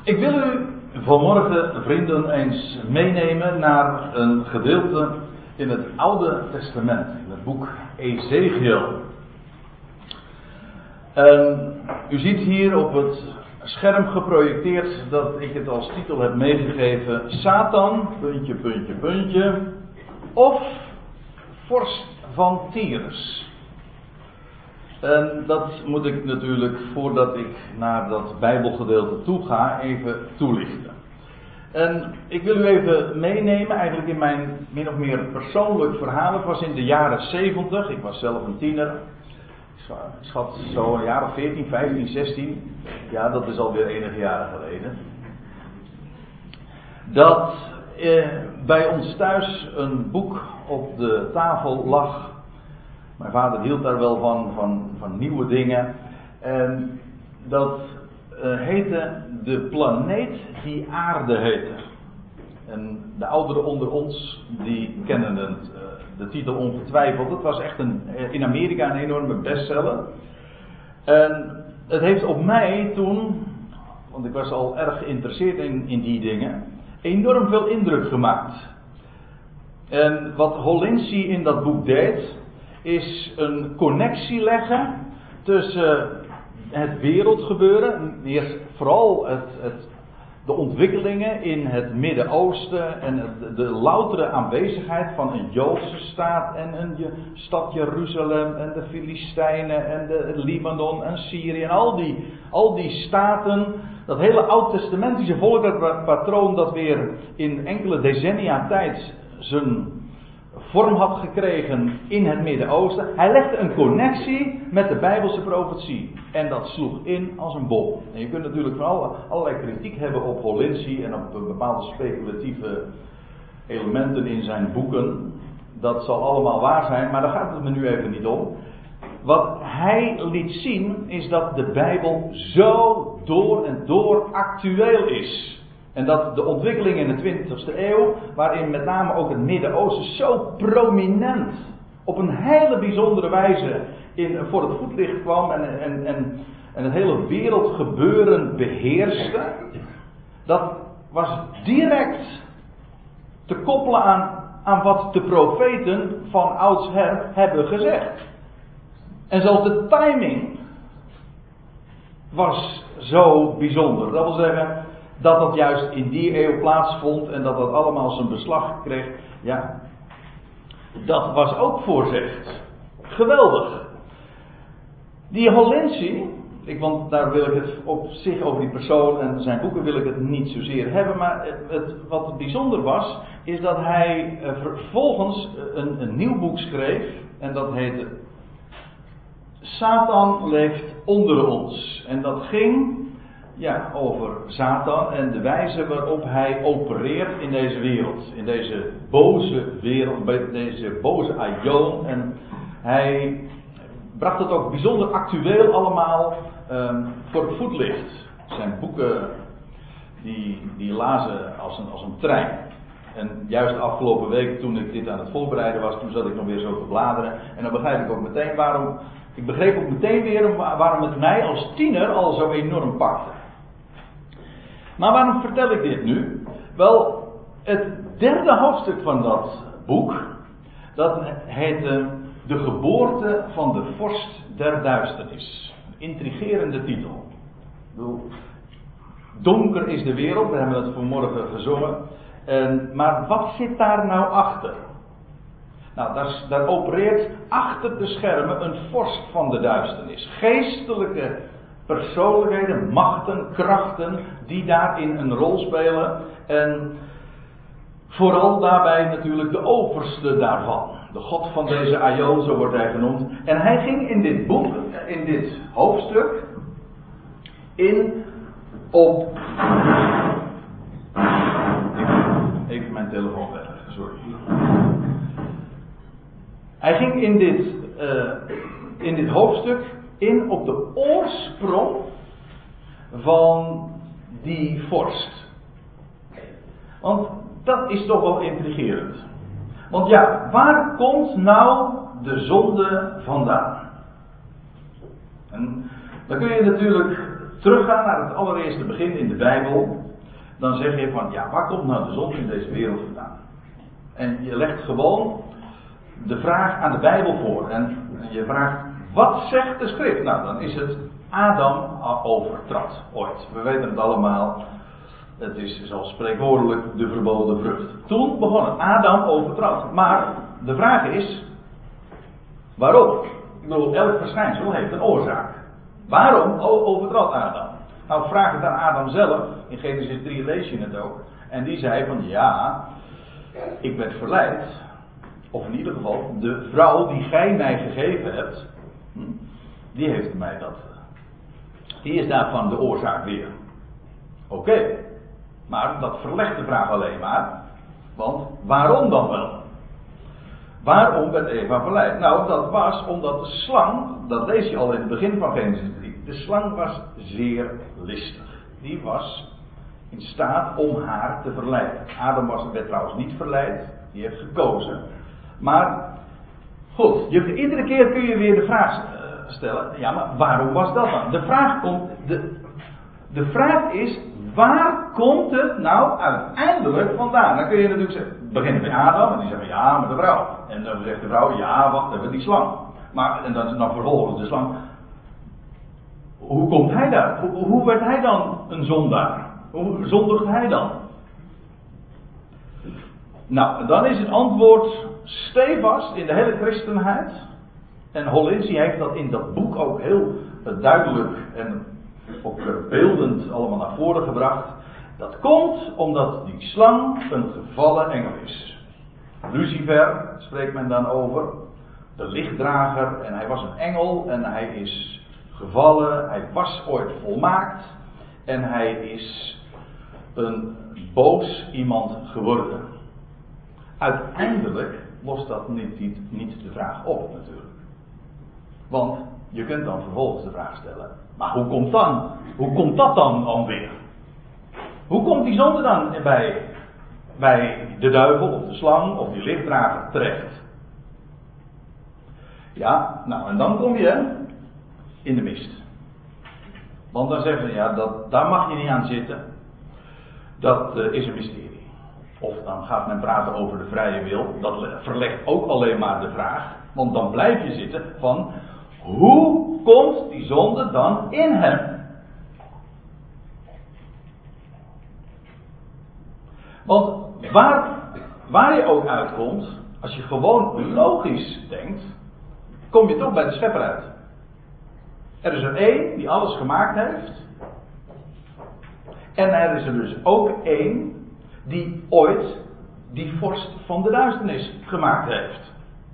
Ik wil u vanmorgen, vrienden, eens meenemen naar een gedeelte in het Oude Testament, in het boek Ezechiel. U ziet hier op het scherm geprojecteerd dat ik het als titel heb meegegeven: Satan, puntje, puntje, puntje, of vorst van Tyrus. En dat moet ik natuurlijk, voordat ik naar dat Bijbelgedeelte toe ga, even toelichten. En ik wil u even meenemen, eigenlijk in mijn min of meer persoonlijk verhaal. Het was in de jaren 70, ik was zelf een tiener. Ik schat zo een jaar of 14, 15, 16. Ja, dat is alweer enige jaren geleden. Dat bij ons thuis een boek op de tafel lag. Mijn vader hield daar wel van nieuwe dingen. En dat heette De planeet die aarde heette. En de ouderen onder ons, die kennen de titel ongetwijfeld. Het was echt in Amerika een enorme bestseller. En het heeft op mij toen, want ik was al erg geïnteresseerd in die dingen, enorm veel indruk gemaakt. En wat Holinsi in dat boek deed, is een connectie leggen tussen het wereldgebeuren, eerst vooral de ontwikkelingen in het Midden-Oosten en de loutere aanwezigheid van een Joodse staat en een stad Jeruzalem en de Filistijnen en de Libanon en Syrië en al die staten, dat hele oud-testamentische volkerenpatroon dat weer in enkele decennia tijd zijn vorm had gekregen in het Midden-Oosten. Hij legde een connectie met de Bijbelse profetie. En dat sloeg in als een bom. En je kunt natuurlijk van allerlei kritiek hebben op Holinsi en op bepaalde speculatieve elementen in zijn boeken. Dat zal allemaal waar zijn, maar daar gaat het me nu even niet om. Wat hij liet zien is dat de Bijbel zo door en door actueel is. En dat de ontwikkeling in de 20e eeuw, waarin met name ook het Midden-Oosten zo prominent, op een hele bijzondere wijze voor het voetlicht kwam en het hele wereldgebeuren beheerste, dat was direct te koppelen aan wat de profeten van oudsher hebben gezegd. En zelfs de timing was zo bijzonder. Dat wil zeggen dat juist in die eeuw plaatsvond en dat allemaal zijn beslag kreeg. Ja, dat was ook voorzegd. Geweldig. Die Holinsi, want daar wil ik het op zich over die persoon en zijn boeken wil ik het niet zozeer hebben. Maar wat bijzonder was, is dat hij vervolgens een nieuw boek schreef. En dat heette Satan leeft onder ons. En dat ging over Satan en de wijze waarop hij opereert in deze wereld. In deze boze wereld, bij deze boze aion. En hij bracht het ook bijzonder actueel allemaal voor het voetlicht. Zijn boeken die lazen als een trein. En juist de afgelopen week toen ik dit aan het voorbereiden was, toen zat ik nog weer zo te bladeren. En dan begrijp ik ook meteen waarom het mij als tiener al zo enorm pakte. Maar waarom vertel ik dit nu? Wel, het derde hoofdstuk van dat boek, dat heet De geboorte van de vorst der duisternis. Een intrigerende titel. Donker is de wereld, we hebben het vanmorgen gezongen. Maar wat zit daar nou achter? Nou, daar opereert achter de schermen een vorst van de duisternis. Geestelijke persoonlijkheden, machten, krachten die daarin een rol spelen. En vooral daarbij natuurlijk de overste daarvan. De god van deze aion, zo wordt hij genoemd. En hij ging in dit boek, in dit hoofdstuk, in op... Even mijn telefoon weg, sorry. Hij ging in dit hoofdstuk in op de oorsprong van die vorst. Want dat is toch wel intrigerend. Want ja, waar komt nou de zonde vandaan? En dan kun je natuurlijk teruggaan naar het allereerste begin in de Bijbel, dan zeg je van, ja, waar komt nou de zonde in deze wereld vandaan? En je legt gewoon de vraag aan de Bijbel voor. En je vraagt, wat zegt de schrift? Nou, dan is het Adam overtrad ooit. We weten het allemaal. Het is zoals spreekwoordelijk de verboden vrucht. Toen begon het. Adam overtrad. Maar de vraag is, waarom? Ik bedoel, elk verschijnsel heeft een oorzaak. Waarom overtrad Adam? Nou, vraag het aan Adam zelf. In Genesis 3 lees je het ook. En die zei van, ja, ik werd verleid. Of in ieder geval, de vrouw die gij mij gegeven hebt, die heeft mij dat. Die is daarvan de oorzaak weer. Oké. Maar dat verlegt de vraag alleen maar. Want waarom dan wel? Waarom werd Eva verleid? Nou, dat was omdat de slang, dat lees je al in het begin van Genesis 3, de slang was zeer listig. Die was in staat om haar te verleiden. Adam werd trouwens niet verleid, die heeft gekozen. Maar, goed, iedere keer kun je weer de vraag stellen, ja, maar waarom was dat dan? De vraag is, waar komt het nou uiteindelijk vandaan? Dan kun je natuurlijk zeggen, beginnen bij Adam en die zeggen ja, met de vrouw. En dan zegt de vrouw, ja, wacht even, die slang. Maar, en dan vervolgens de slang. Hoe komt hij daar? Hoe werd hij dan een zondaar? Hoe zondigt hij dan? Nou, dan is het antwoord stevast in de hele christenheid. En Hollinsie heeft dat in dat boek ook heel duidelijk en ook beeldend allemaal naar voren gebracht. Dat komt omdat die slang een gevallen engel is. Lucifer spreekt men dan over. De lichtdrager. En hij was een engel. En hij is gevallen. Hij was ooit volmaakt. En hij is een boos iemand geworden. Uiteindelijk lost dat niet de vraag op natuurlijk. Want je kunt dan vervolgens de vraag stellen. Maar hoe komt dat dan weer? Hoe komt die zonde dan bij de duivel of de slang of die lichtdrager terecht? Ja, nou en dan kom je in de mist. Want dan zeggen ze, ja, daar mag je niet aan zitten. Dat is een mysterie. Of dan gaat men praten over de vrije wil. Dat verlegt ook alleen maar de vraag. Want dan blijf je zitten van, hoe komt die zonde dan in hem? Want waar je ook uitkomt, als je gewoon logisch denkt, kom je toch bij de schepper uit. Er is er één die alles gemaakt heeft. En er is er dus ook één die ooit die vorst van de duisternis gemaakt heeft.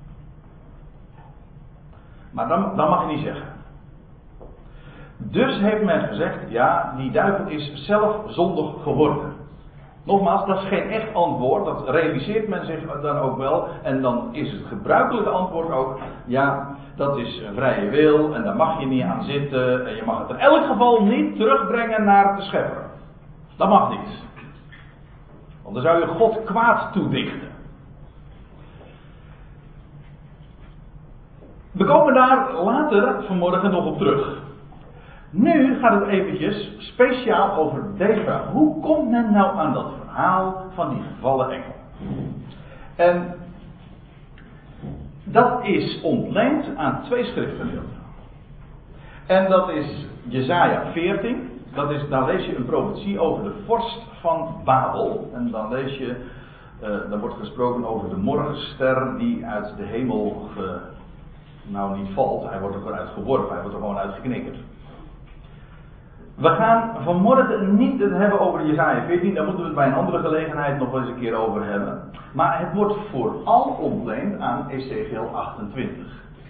Maar dat mag je niet zeggen. Dus heeft men gezegd, ja, die duivel is zelf zondig geworden. Nogmaals, dat is geen echt antwoord, dat realiseert men zich dan ook wel. En dan is het gebruikelijke antwoord ook, ja, dat is een vrije wil en daar mag je niet aan zitten. En je mag het in elk geval niet terugbrengen naar de schepper. Dat mag niet. Want dan zou je God kwaad toedichten. We komen daar later vanmorgen nog op terug. Nu gaat het eventjes speciaal over deze vraag. Hoe komt men nou aan dat verhaal van die gevallen engel? En dat is ontleend aan twee schriftgedeelten. En dat is Jesaja 14. Daar lees je een profetie over de vorst van Babel. En dan lees je, dan wordt gesproken over de morgenster die uit de hemel niet valt. Hij wordt er gewoon uitgeworpen, hij wordt er gewoon uitgeknikkerd. We gaan vanmorgen niet het hebben over Jesaja 14, daar moeten we het bij een andere gelegenheid nog eens een keer over hebben. Maar het wordt vooral ontleend aan Ezekiel 28.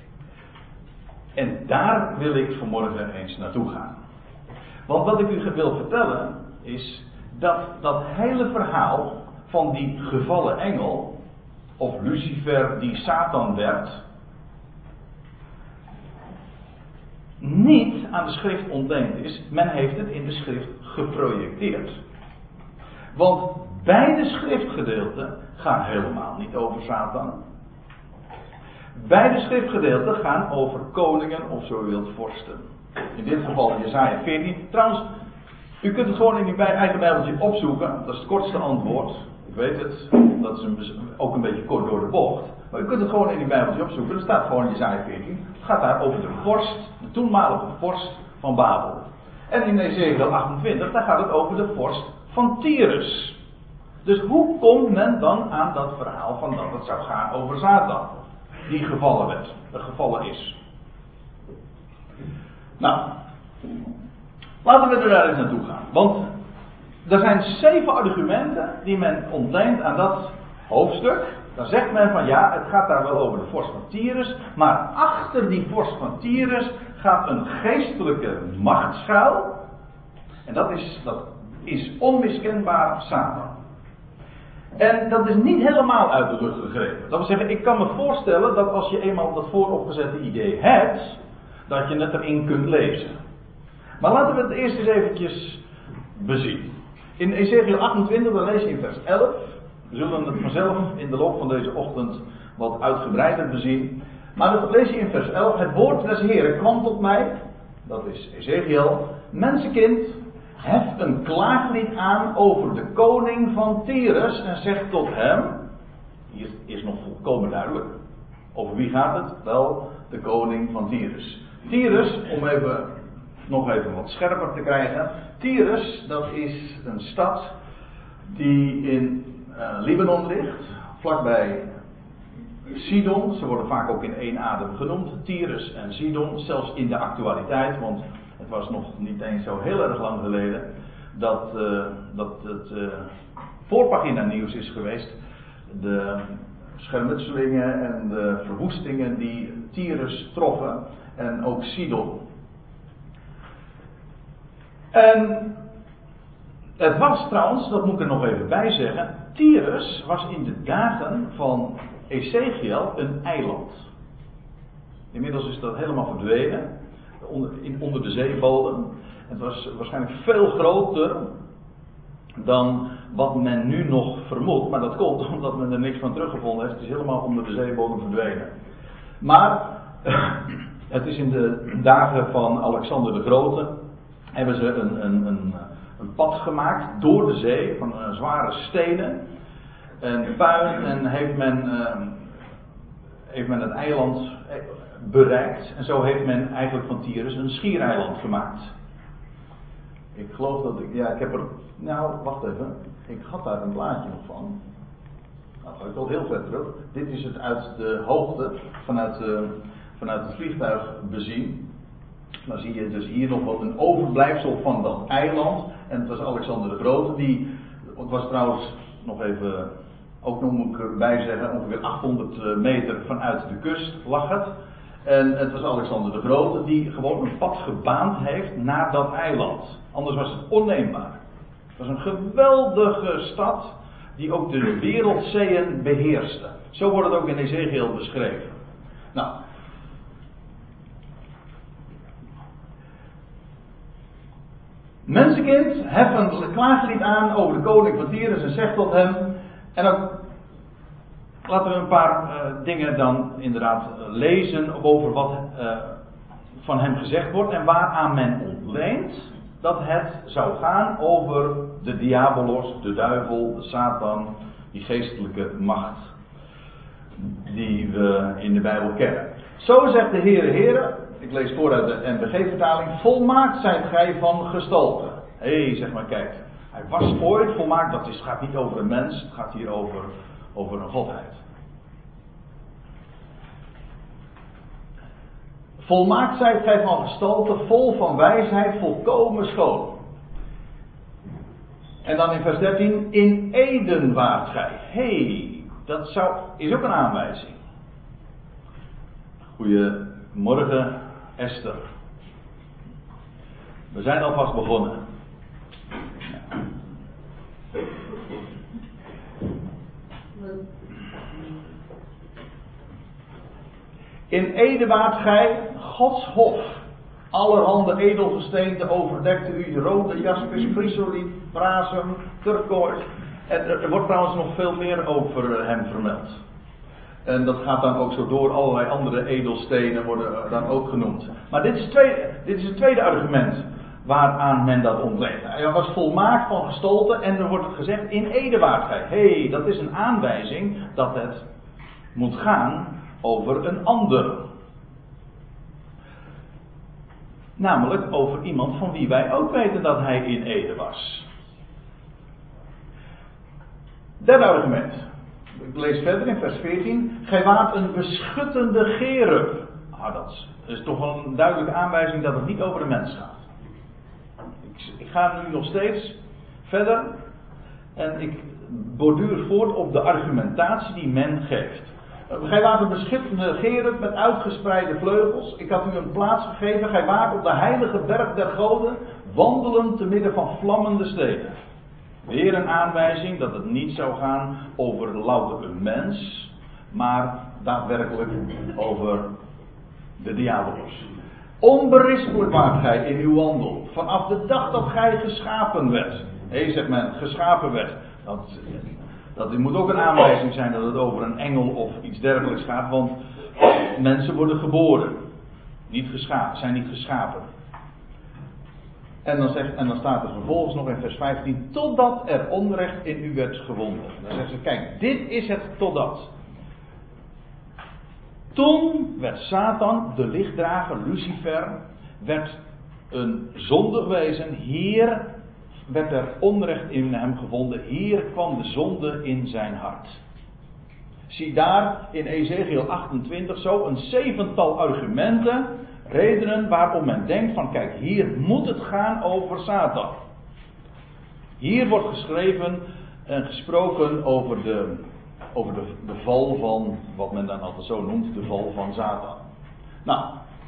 En daar wil ik vanmorgen eens naartoe gaan. Want wat ik u wil vertellen is dat hele verhaal van die gevallen engel, of Lucifer die Satan werd, niet aan de schrift ontleend is. Men heeft het in de schrift geprojecteerd. Want beide schriftgedeelten gaan helemaal niet over Satan. Beide schriftgedeelten gaan over koningen of zo u wilt vorsten. In dit geval Jesaja 14. Trouwens, u kunt het gewoon in uw eigen Bijbeltje opzoeken. Dat is het kortste antwoord. Ik weet het. Dat is ook een beetje kort door de bocht. Maar u kunt het gewoon in uw Bijbeltje opzoeken. Er staat gewoon Jesaja 14. Het gaat daar over de vorst. De toenmalige vorst van Babel. En in Ezekiel 28. Daar gaat het over de vorst van Tyrus. Dus hoe komt men dan aan dat verhaal van dat het zou gaan over Satan? Die gevallen is. Nou, laten we er daar eens naartoe gaan. Want er zijn 7 argumenten die men ontleent aan dat hoofdstuk. Dan zegt men van ja, het gaat daar wel over de vorst van Tyrus. Maar achter die vorst van Tyrus gaat een geestelijke macht schuil. En dat is onmiskenbaar Satan. En dat is niet helemaal uit de lucht gegrepen. Dat wil zeggen, ik kan me voorstellen dat als je eenmaal dat vooropgezette idee hebt, dat je het erin kunt lezen. Maar laten we het eerst eens eventjes bezien. In Ezekiel 28, dan lees je in vers 11. We zullen het vanzelf in de loop van deze ochtend wat uitgebreider bezien. Maar dat lees je in vers 11. Het woord des Heren kwam tot mij. Dat is Ezekiel. Mensenkind, hef een klaaglied aan over de koning van Tyrus en zeg tot hem. Hier is nog volkomen duidelijk. Over wie gaat het? Wel, de koning van Tyrus. Tyrus, om nog even wat scherper te krijgen. Tyrus, dat is een stad die in Libanon ligt, vlakbij Sidon. Ze worden vaak ook in één adem genoemd. Tyrus en Sidon, zelfs in de actualiteit, want het was nog niet eens zo heel erg lang geleden dat het voorpagina nieuws is geweest. De schermutselingen en de verwoestingen die Tyrus troffen en ook Sidon. En het was trouwens, dat moet ik er nog even bij zeggen, Tyrus was in de dagen van Ezekiel een eiland. Inmiddels is dat helemaal verdwenen, onder de zeebodem. Het was waarschijnlijk veel groter dan wat men nu nog vermoedt. Maar dat komt omdat men er niks van teruggevonden heeft. Het is helemaal onder de zeebodem verdwenen. Maar het is in de dagen van Alexander de Grote. Hebben ze een pad gemaakt door de zee van zware stenen en puin. En heeft men het eiland bereikt. En zo heeft men eigenlijk van Tyrus een schiereiland gemaakt. Ik geloof dat ik heb er... Nou, wacht even. Ik had daar een plaatje nog van. Nou, ga ik wel heel ver terug. Dit is het uit de hoogte, vanuit het vliegtuig bezien. Dan zie je dus hier nog wat een overblijfsel van dat eiland. En het was Alexander de Grote. Het was trouwens nog even, ook nog moet ik erbij zeggen, ongeveer 800 meter vanuit de kust lag het. En het was Alexander de Grote die gewoon een pad gebaand heeft naar dat eiland. Anders was het onneembaar. Het was een geweldige stad die ook de wereldzeeën beheerste. Zo wordt het ook in Ezekiel beschreven. Nou. Mensenkind, hef een klaaglied aan over de koning van Tyrus en zeg tot hem. En ook laten we een paar dingen dan inderdaad lezen over wat van hem gezegd wordt en waaraan men ontleent dat het zou gaan over de diabolos, de duivel, de Satan, die geestelijke macht die we in de Bijbel kennen. Zo zegt de Heere, ik lees voor uit de NBG-vertaling, volmaakt zijt gij van gestalte. Zeg maar, kijk, hij was ooit volmaakt, het gaat niet over een mens, het gaat hier over een godheid. Volmaakt zijt gij van gestalte, vol van wijsheid, volkomen schoon. En dan in vers 13, in Eden waart gij. Dat is ook een aanwijzing. Goedemorgen Esther. We zijn alvast begonnen. In Eden waart gij Gods hof. Allerhande edelgesteenten overdekte u, rode jaspis, chrysoliet, brasem, turkoois. En er wordt trouwens nog veel meer over hem vermeld. En dat gaat dan ook zo door, allerlei andere edelstenen worden dan ook genoemd. Maar dit is dit is het tweede argument waaraan men dat ontleent. Hij was volmaakt van gestalte en er wordt gezegd in ede waart gij. Dat is een aanwijzing dat het moet gaan over een ander. Namelijk over iemand van wie wij ook weten dat hij in ede was. Derde argument. Ik lees verder in vers 14. Gij waart een beschuttende cherub. Dat is toch wel een duidelijke aanwijzing dat het niet over de mens gaat. Ik ga nu nog steeds verder. En ik borduur voort op de argumentatie die men geeft. Gij waart een beschuttende cherub met uitgespreide vleugels. Ik had u een plaats gegeven. Gij waart op de heilige berg der goden, wandelend te midden van vlammende stenen. Weer een aanwijzing dat het niet zou gaan over louter een mens, maar daadwerkelijk over de diabolos. Onberispelijk waart gij in uw wandel, vanaf de dag dat gij geschapen werd. Zegt men, geschapen werd. Dat moet ook een aanwijzing zijn dat het over een engel of iets dergelijks gaat, want mensen worden geboren. Niet geschapen, zijn niet geschapen. En dan staat er vervolgens nog in vers 15, totdat er onrecht in u werd gewonden. Dan zeggen ze, kijk, dit is het totdat. Toen werd Satan, de lichtdrager, Lucifer, werd een zondig wezen. Hier werd er onrecht in hem gevonden. Hier kwam de zonde in zijn hart. Zie daar in Ezekiel 28 zo een 7-tal argumenten, redenen waarom men denkt van kijk, hier moet het gaan over Satan. Hier wordt geschreven en gesproken over de val van, wat men dan altijd zo noemt, de val van Satan. Nou,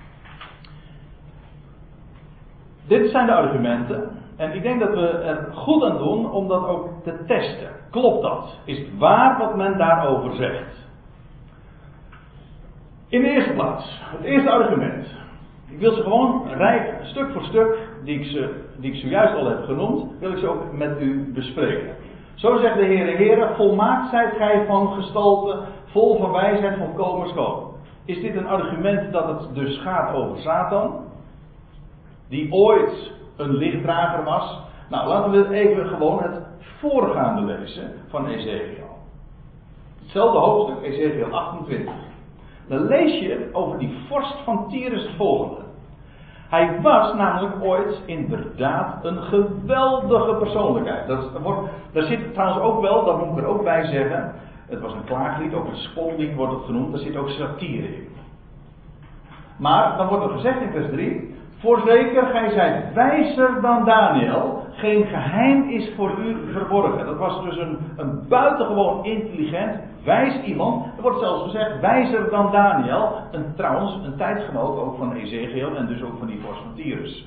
dit zijn de argumenten. En ik denk dat we er goed aan doen om dat ook te testen. Klopt dat? Is het waar wat men daarover zegt? In de eerste plaats, het eerste argument. Ik wil ze gewoon stuk voor stuk, die ik zojuist al heb genoemd, wil ik ze ook met u bespreken. Zo zegt de Heere, volmaakt zijt gij van gestalte, vol van wijsheid, volkomen schoon. Is dit een argument dat het dus gaat over Satan? Die ooit een lichtdrager was. Nou, laten we even gewoon het voorgaande lezen van Ezekiel. Hetzelfde hoofdstuk, Ezekiel 28. Dan lees je over die vorst van Tyrus het volgende. Hij was namelijk ooit inderdaad een geweldige persoonlijkheid. Daar zit trouwens ook wel, dat moet ik er ook bij zeggen. Het was een klaaglied, ook een spotlied wordt het genoemd. Daar zit ook satire in. Maar dan wordt er gezegd in vers 3. Voorzeker, gij zijt wijzer dan Daniel. Geen geheim is voor u verborgen. Dat was dus een buitengewoon intelligent, wijs iemand. Er wordt zelfs gezegd, wijzer dan Daniel. Trouwens, een tijdgenoot ook van Ezekiel en dus ook van die vorst van Tyrus.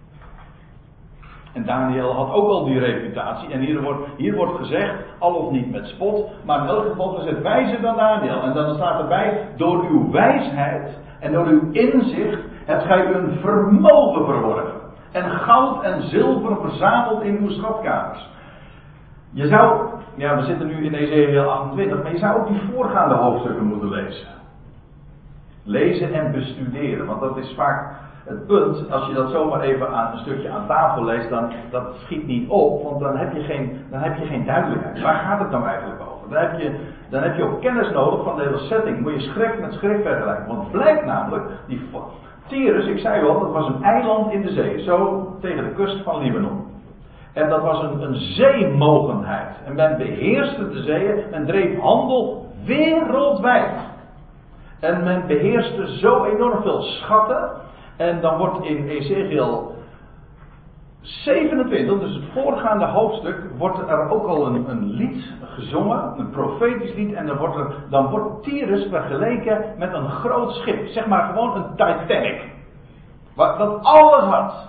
En Daniel had ook al die reputatie. En hier wordt gezegd, al of niet met spot, maar in elk geval gezegd, wijzer dan Daniel. En dan staat erbij, door uw wijsheid en door uw inzicht hebt gij een vermogen verworven. En goud en zilver verzameld in uw schatkamers. Je zou, we zitten nu in Ezekiel 28, maar je zou ook die voorgaande hoofdstukken moeten lezen. Lezen en bestuderen, want dat is vaak het punt. Als je dat zomaar even een stukje aan tafel leest, dan dat schiet niet op, want dan heb je geen duidelijkheid. Waar gaat het nou eigenlijk over? Dan heb je ook kennis nodig van de hele setting. Moet je schrik met schrik vergelijken. Want het blijkt namelijk, Tyrus, ik zei al, dat was een eiland in de zee. Zo tegen de kust van Libanon. En dat was een zeemogendheid. En men beheerste de zeeën. Men dreef handel wereldwijd. En men beheerste zo enorm veel schatten. En dan wordt in Ezekiel 27, dus het voorgaande hoofdstuk, wordt er ook al een lied gezongen, een profetisch lied, en dan wordt Tyrus vergeleken met een groot schip, zeg maar gewoon een Titanic, dat alles had,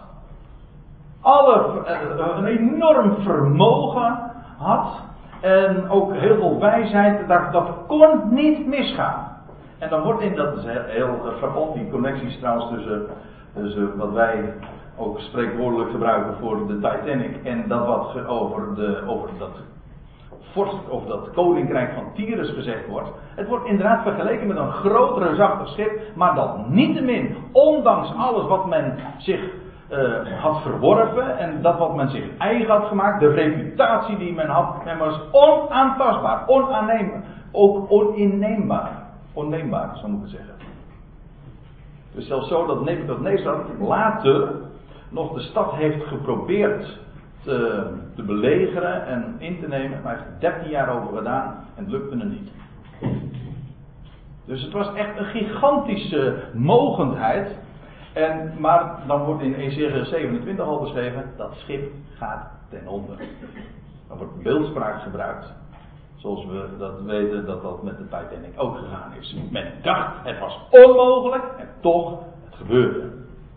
een enorm vermogen had, en ook heel veel wijsheid, dat kon niet misgaan. En dan wordt dat is heel frappant, die connecties trouwens tussen wat wij ook spreekwoordelijk gebruiken voor de Titanic en dat wat over vorst of dat koninkrijk van Tyrus gezegd wordt. Het wordt inderdaad vergeleken met een groot reusachtig schip, maar dat niettemin, ondanks alles wat men zich had verworven en dat wat men zich eigen had gemaakt, de reputatie die men had, men was onaantastbaar, onaanneembaar, ook oninneembaar. Onneembaar, zo moet ik het zeggen. Dus zelfs zo dat Nebukadnezar later nog de stad heeft geprobeerd te belegeren en in te nemen. Maar hij heeft er 13 jaar over gedaan en het lukte hem niet. Dus het was echt een gigantische mogendheid. Maar dan wordt in Ezechiel 27 al beschreven, dat schip gaat ten onder. Dan wordt beeldspraak gebruikt. Zoals we dat weten dat dat met de Titanic ook gegaan is. Men dacht het was onmogelijk en toch, het gebeurde.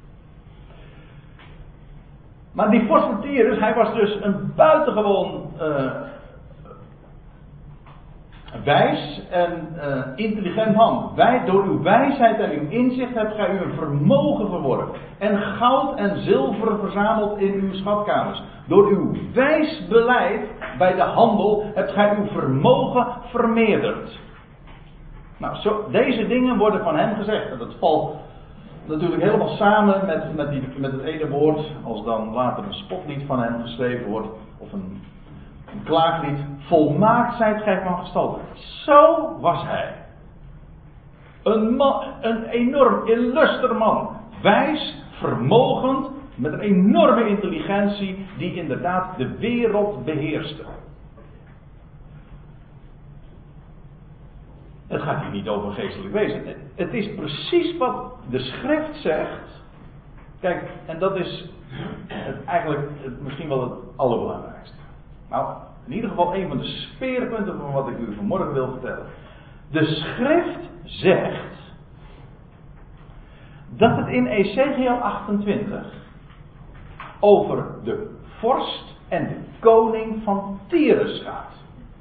Maar die vorst van Tyrus, hij was dus een buitengewoon wijs en intelligent man. Door uw wijsheid en uw inzicht hebt gij u een vermogen verworven. En goud en zilver verzameld in uw schatkamers. Door uw wijs beleid bij de handel hebt gij uw vermogen vermeerderd. Nou, deze dingen worden van hem gezegd. En dat valt natuurlijk helemaal samen met het ene woord, als dan later een spotlied van hem geschreven wordt, of een klaaglied. Volmaakt zijt gij van gestalte. Zo was hij. Een enorm illuster man. Wijs, vermogend, met een enorme intelligentie die inderdaad de wereld beheerste. Het gaat hier niet over geestelijk wezen. Het is precies wat de schrift zegt. Kijk, en dat is eigenlijk misschien wel het allerbelangrijkste. Nou, in ieder geval een van de speerpunten van wat ik u vanmorgen wil vertellen. De schrift zegt dat het in Ezechiel 28 over de vorst en de koning van Tyrus gaat.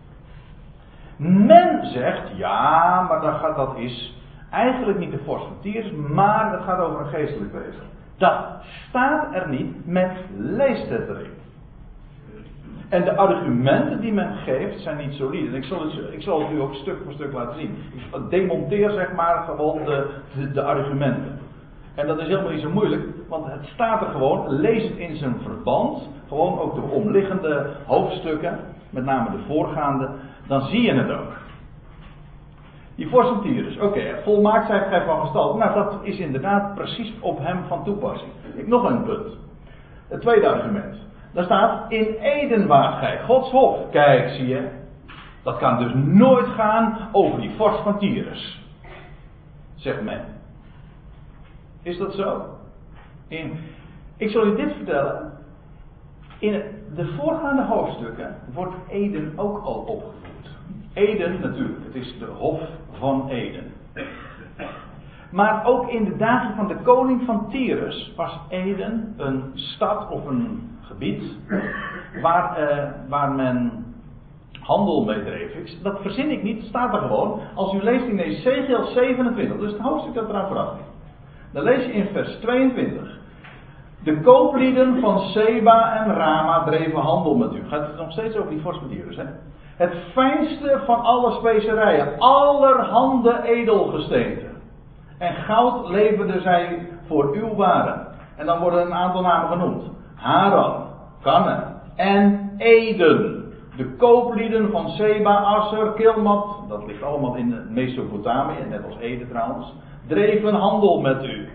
Men zegt, ja, maar dat is eigenlijk niet de vorst van Tyrus, maar het gaat over een geestelijk wezen. Dat staat er niet, men leest het erin. En de argumenten die men geeft zijn niet solide. En ik zal het u ook stuk voor stuk laten zien. Ik demonteer zeg maar gewoon de argumenten. En dat is helemaal niet zo moeilijk, want het staat er gewoon. Lees het in zijn verband. Gewoon ook de omliggende hoofdstukken, met name de voorgaande. Dan zie je het ook. Die vorst van Tyrus, oké, volmaakt zijt gij van gestalte. Nou, dat is inderdaad precies op hem van toepassing. Nog een punt. Het tweede argument. Daar staat, in Eden waart gij Gods hof. Kijk, zie je. Dat kan dus nooit gaan over die vorst van Tyrus. Zegt men. Is dat zo? Ik zal u dit vertellen. In de voorgaande hoofdstukken wordt Eden ook al opgevoerd. Eden natuurlijk, het is de hof van Eden. Maar ook in de dagen van de koning van Tyrus was Eden een stad of een gebied waar men handel mee dreef. Dat verzin ik niet, het staat er gewoon. Als u leest in Ezechiel 27, dus het hoofdstuk dat eraan vooraf ligt. Dan lees je in vers 22. De kooplieden van Seba en Rama dreven handel met u. Gaat het nog steeds over die vorst van Tyrus, hè? Het fijnste van alle specerijen, allerhande edelgesteenten. En goud leverden zij voor uw waren. En dan worden een aantal namen genoemd. Haran, Canaan en Eden. De kooplieden van Seba, Asser, Kilmat, dat ligt allemaal in Mesopotamië, net als Eden trouwens, dreven handel met u.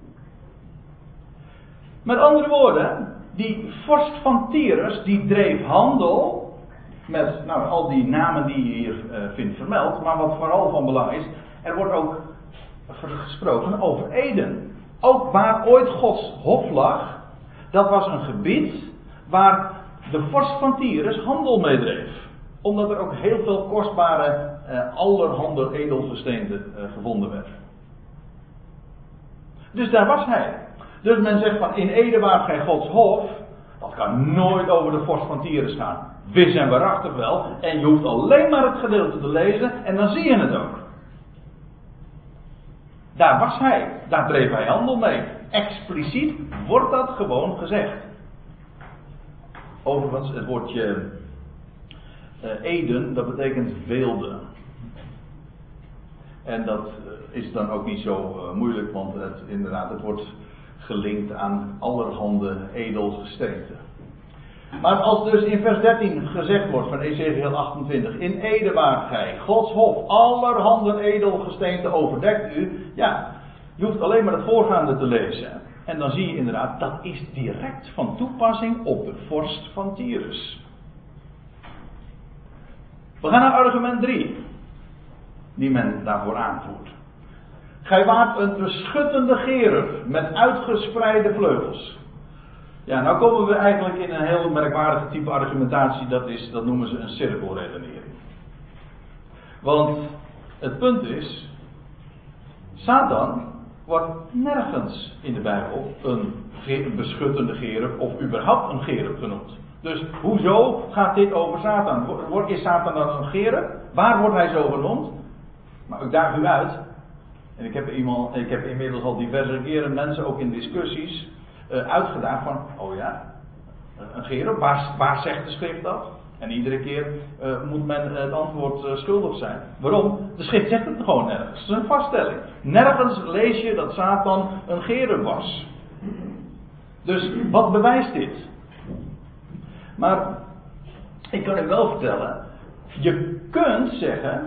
Met andere woorden, die vorst van Tyrus, die dreef handel met al die namen die je hier vindt vermeld. Maar wat vooral van belang is, er wordt ook gesproken over Eden. Ook waar ooit Gods hof lag, dat was een gebied waar de vorst van Tyrus handel mee dreef. Omdat er ook heel veel kostbare, allerhande edelgesteenten gevonden werden. Dus daar was hij. Dus men zegt van in Eden waart gij Gods hof. Dat kan nooit over de vorst van Tyrus gaan. Wis en waarachtig wel. En je hoeft alleen maar het gedeelte te lezen en dan zie je het ook. Daar was hij. Daar dreef hij handel mee. Expliciet wordt dat gewoon gezegd. Overigens, het woordje Eden, dat betekent weelde. En dat is dan ook niet zo moeilijk, want het wordt gelinkt aan allerhande edelgesteente. Maar als dus in vers 13 gezegd wordt van Ezekiel 28, in Eden waart gij, Gods hof, allerhande edelgesteente overdekt u. Ja, je hoeft alleen maar het voorgaande te lezen. En dan zie je inderdaad, dat is direct van toepassing op de vorst van Tyrus. We gaan naar argument 3, die men daarvoor aanvoert. Gij waart een beschuttende gerub met uitgespreide vleugels. Ja, nou komen we eigenlijk in een heel merkwaardige type argumentatie, dat noemen ze een cirkelredenering. Want het punt is, Satan wordt nergens in de Bijbel een beschuttende gerub of überhaupt een gerub genoemd. Dus hoezo gaat dit over Satan? Is Satan dan een gerub? Waar wordt hij zo genoemd? Maar ik daag u uit. En ik heb inmiddels al diverse keren mensen ook in discussies uitgedaagd van, oh ja, een gerub, waar zegt de schrift dat? En iedere keer moet men het antwoord schuldig zijn. Waarom? De schrift zegt het gewoon nergens. Het is een vaststelling. Nergens lees je dat Satan een gerub was. Dus wat bewijst dit? Maar ik kan u wel vertellen, je kunt zeggen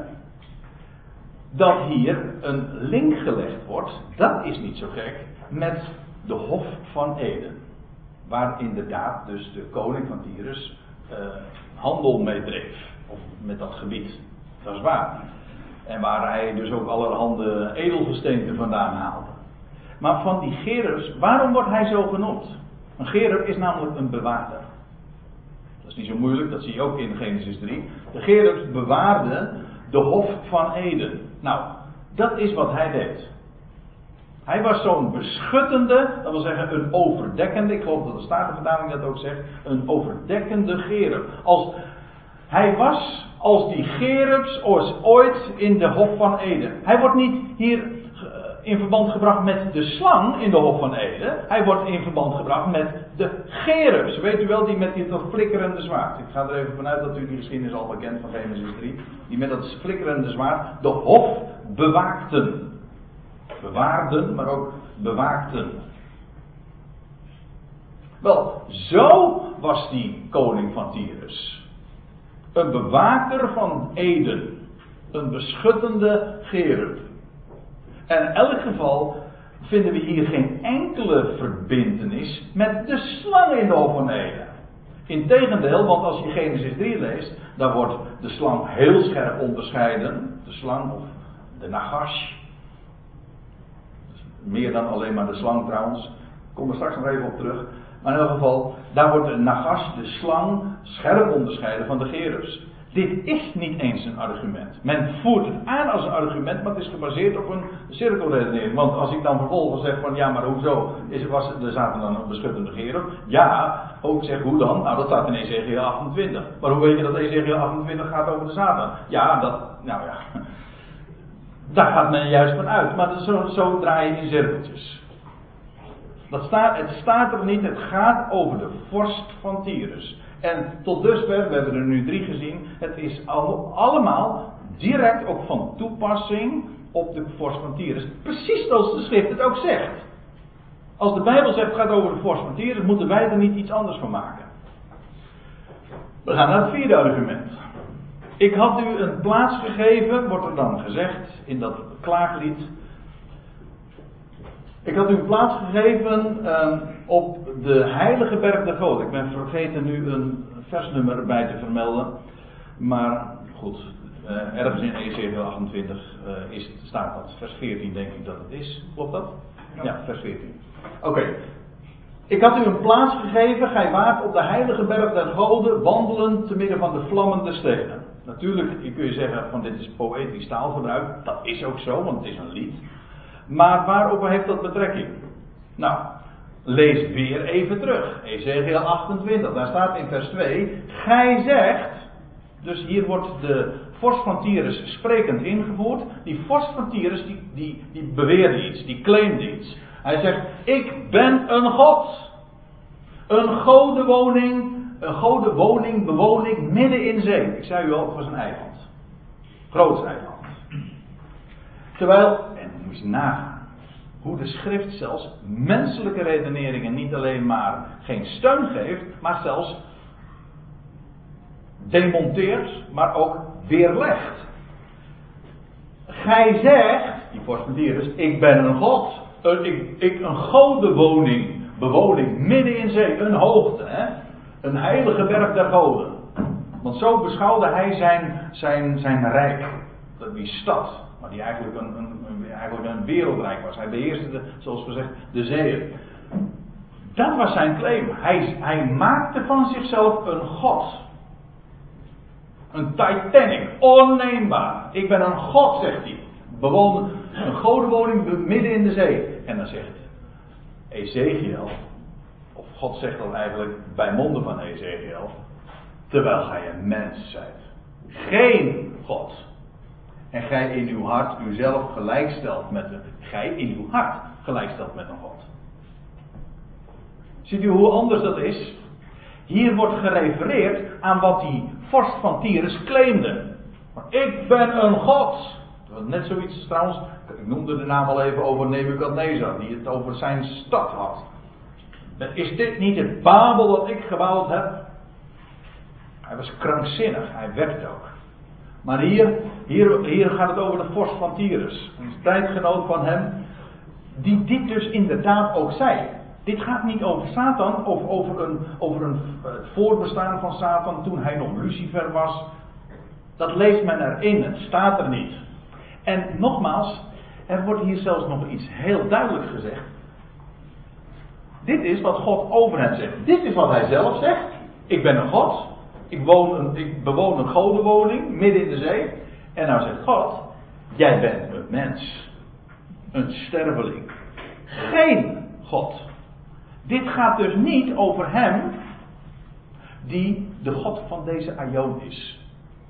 dat hier een link gelegd wordt, dat is niet zo gek, met de Hof van Eden. Waar inderdaad dus de koning van Tyrus handel mee dreef. Of met dat gebied. Dat is waar. En waar hij dus ook allerhande edelgesteenten vandaan haalde. Maar van die gerubs, waarom wordt hij zo genoemd? Een gerub is namelijk een bewaarder. Dat is niet zo moeilijk, dat zie je ook in Genesis 3. De gerubs bewaarden de Hof van Eden. Nou, dat is wat hij deed. Hij was zo'n beschuttende, dat wil zeggen een overdekkende, ik geloof dat de Statenvertaling dat ook zegt, een overdekkende gerub. Hij was als die gerubs ooit in de Hof van Eden. Hij wordt niet hier in verband gebracht met de slang in de Hof van Eden. Hij wordt in verband gebracht met de gerubs. Weet u wel, die met dat flikkerende zwaard. Ik ga er even vanuit dat u die geschiedenis al bekend van Genesis 3. Die met dat flikkerende zwaard de hof bewaakten. Bewaarden, maar ook bewaakten. Wel, zo was die koning van Tyrus. Een bewaker van Eden. Een beschuttende gerub. En in elk geval vinden we hier geen enkele verbintenis met de slang in de Hof van Eden. Integendeel, want als je Genesis 3 leest, dan wordt de slang heel scherp onderscheiden. De slang of de nagash. Meer dan alleen maar de slang trouwens. Ik kom er straks nog even op terug. Maar in elk geval, daar wordt de nagash, de slang, scherp onderscheiden van de gerubs. Dit is niet eens een argument. Men voert het aan als een argument, maar het is gebaseerd op een cirkelredenering. Want als ik dan vervolgens zeg van, ja maar hoezo was de Satan dan een beschuttende gerub? Ja, ook zeg hoe dan? Nou dat staat in Ezekiel 28. Maar hoe weet je dat Ezekiel 28 gaat over de Satan? Ja, daar gaat men juist van uit. Maar zo draai je in cirkeltjes. Het staat er niet, het gaat over de vorst van Tyrus. En tot dusver, we hebben er nu 3 gezien, het is allemaal direct ook van toepassing op de vorst van Tyrus. Precies zoals de schrift het ook zegt. Als de Bijbel zegt het gaat over de vorst van Tyrus, moeten wij er niet iets anders van maken. We gaan naar het 4e argument. Ik had u een plaats gegeven, wordt er dan gezegd in dat klaaglied. Ik had u een plaats gegeven op de heilige berg der goden. Ik ben vergeten nu een versnummer bij te vermelden. Maar goed, ergens in Ezekiel 28 staat dat. Vers 14 denk ik dat het is. Klopt dat? Ja, vers 14. Oké. Ik had u een plaats gegeven, gij waart op de heilige berg der goden, wandelen te midden van de vlammende stenen. Natuurlijk kun je zeggen van dit is poëtisch taalgebruik. Dat is ook zo, want het is een lied. Maar waarop heeft dat betrekking? Nou, lees weer even terug. Ezekiel 28, daar staat in vers 2. Gij zegt, dus hier wordt de vorst van Tyrus sprekend ingevoerd. Die vorst van Tyrus die beweerde iets, die claimde iets. Hij zegt, ik ben een god. Een godenwoning een gouden woning, bewoning midden in zee. Ik zei u al, het was een eiland. Groots eiland. Terwijl, en moet je nagaan, hoe de schrift zelfs menselijke redeneringen niet alleen maar geen steun geeft, maar zelfs demonteert, maar ook weerlegt. Gij zegt, die vorst van Tyrus, ik ben een god. Een goden woning, bewoning, midden in zee, een hoogte, hè? Een heilige berg der goden. Want zo beschouwde hij zijn rijk, die stad, maar die eigenlijk een wereldrijk was. Hij beheerste, zoals gezegd, de zeeën. Dat was zijn claim. Hij maakte van zichzelf een god. Een Titanic, onneembaar. Ik ben een god, zegt hij. Bewoon een godenwoning midden in de zee. En dan zegt Ezekiel, of God zegt dat eigenlijk bij monden van Ezekiel, terwijl gij een mens zijt. Geen God. En gij in uw hart uzelf gelijkstelt met een. Gij in uw hart gelijkstelt met een God. Ziet u hoe anders dat is? Hier wordt gerefereerd aan wat die vorst van Tyrus claimde. Ik ben een God. Net zoiets trouwens, ik noemde de naam al even over Nebukadnezar, die het over zijn stad had. Is dit niet het Babel dat ik gebouwd heb? Hij was krankzinnig, hij werd ook. Maar hier gaat het over de vorst van Tyrus. Een tijdgenoot van hem, die dit dus inderdaad ook zei. Dit gaat niet over Satan, of over het voortbestaan van Satan toen hij nog Lucifer was. Dat leest men erin, het staat er niet. En nogmaals, er wordt hier zelfs nog iets heel duidelijk gezegd. Dit is wat God over hem zegt. Dit is wat hij zelf zegt. Ik ben een God. Ik bewoon een godenwoning midden in de zee. En nou zegt God, jij bent een mens. Een sterveling. Geen God. Dit gaat dus niet over hem die de God van deze aion is.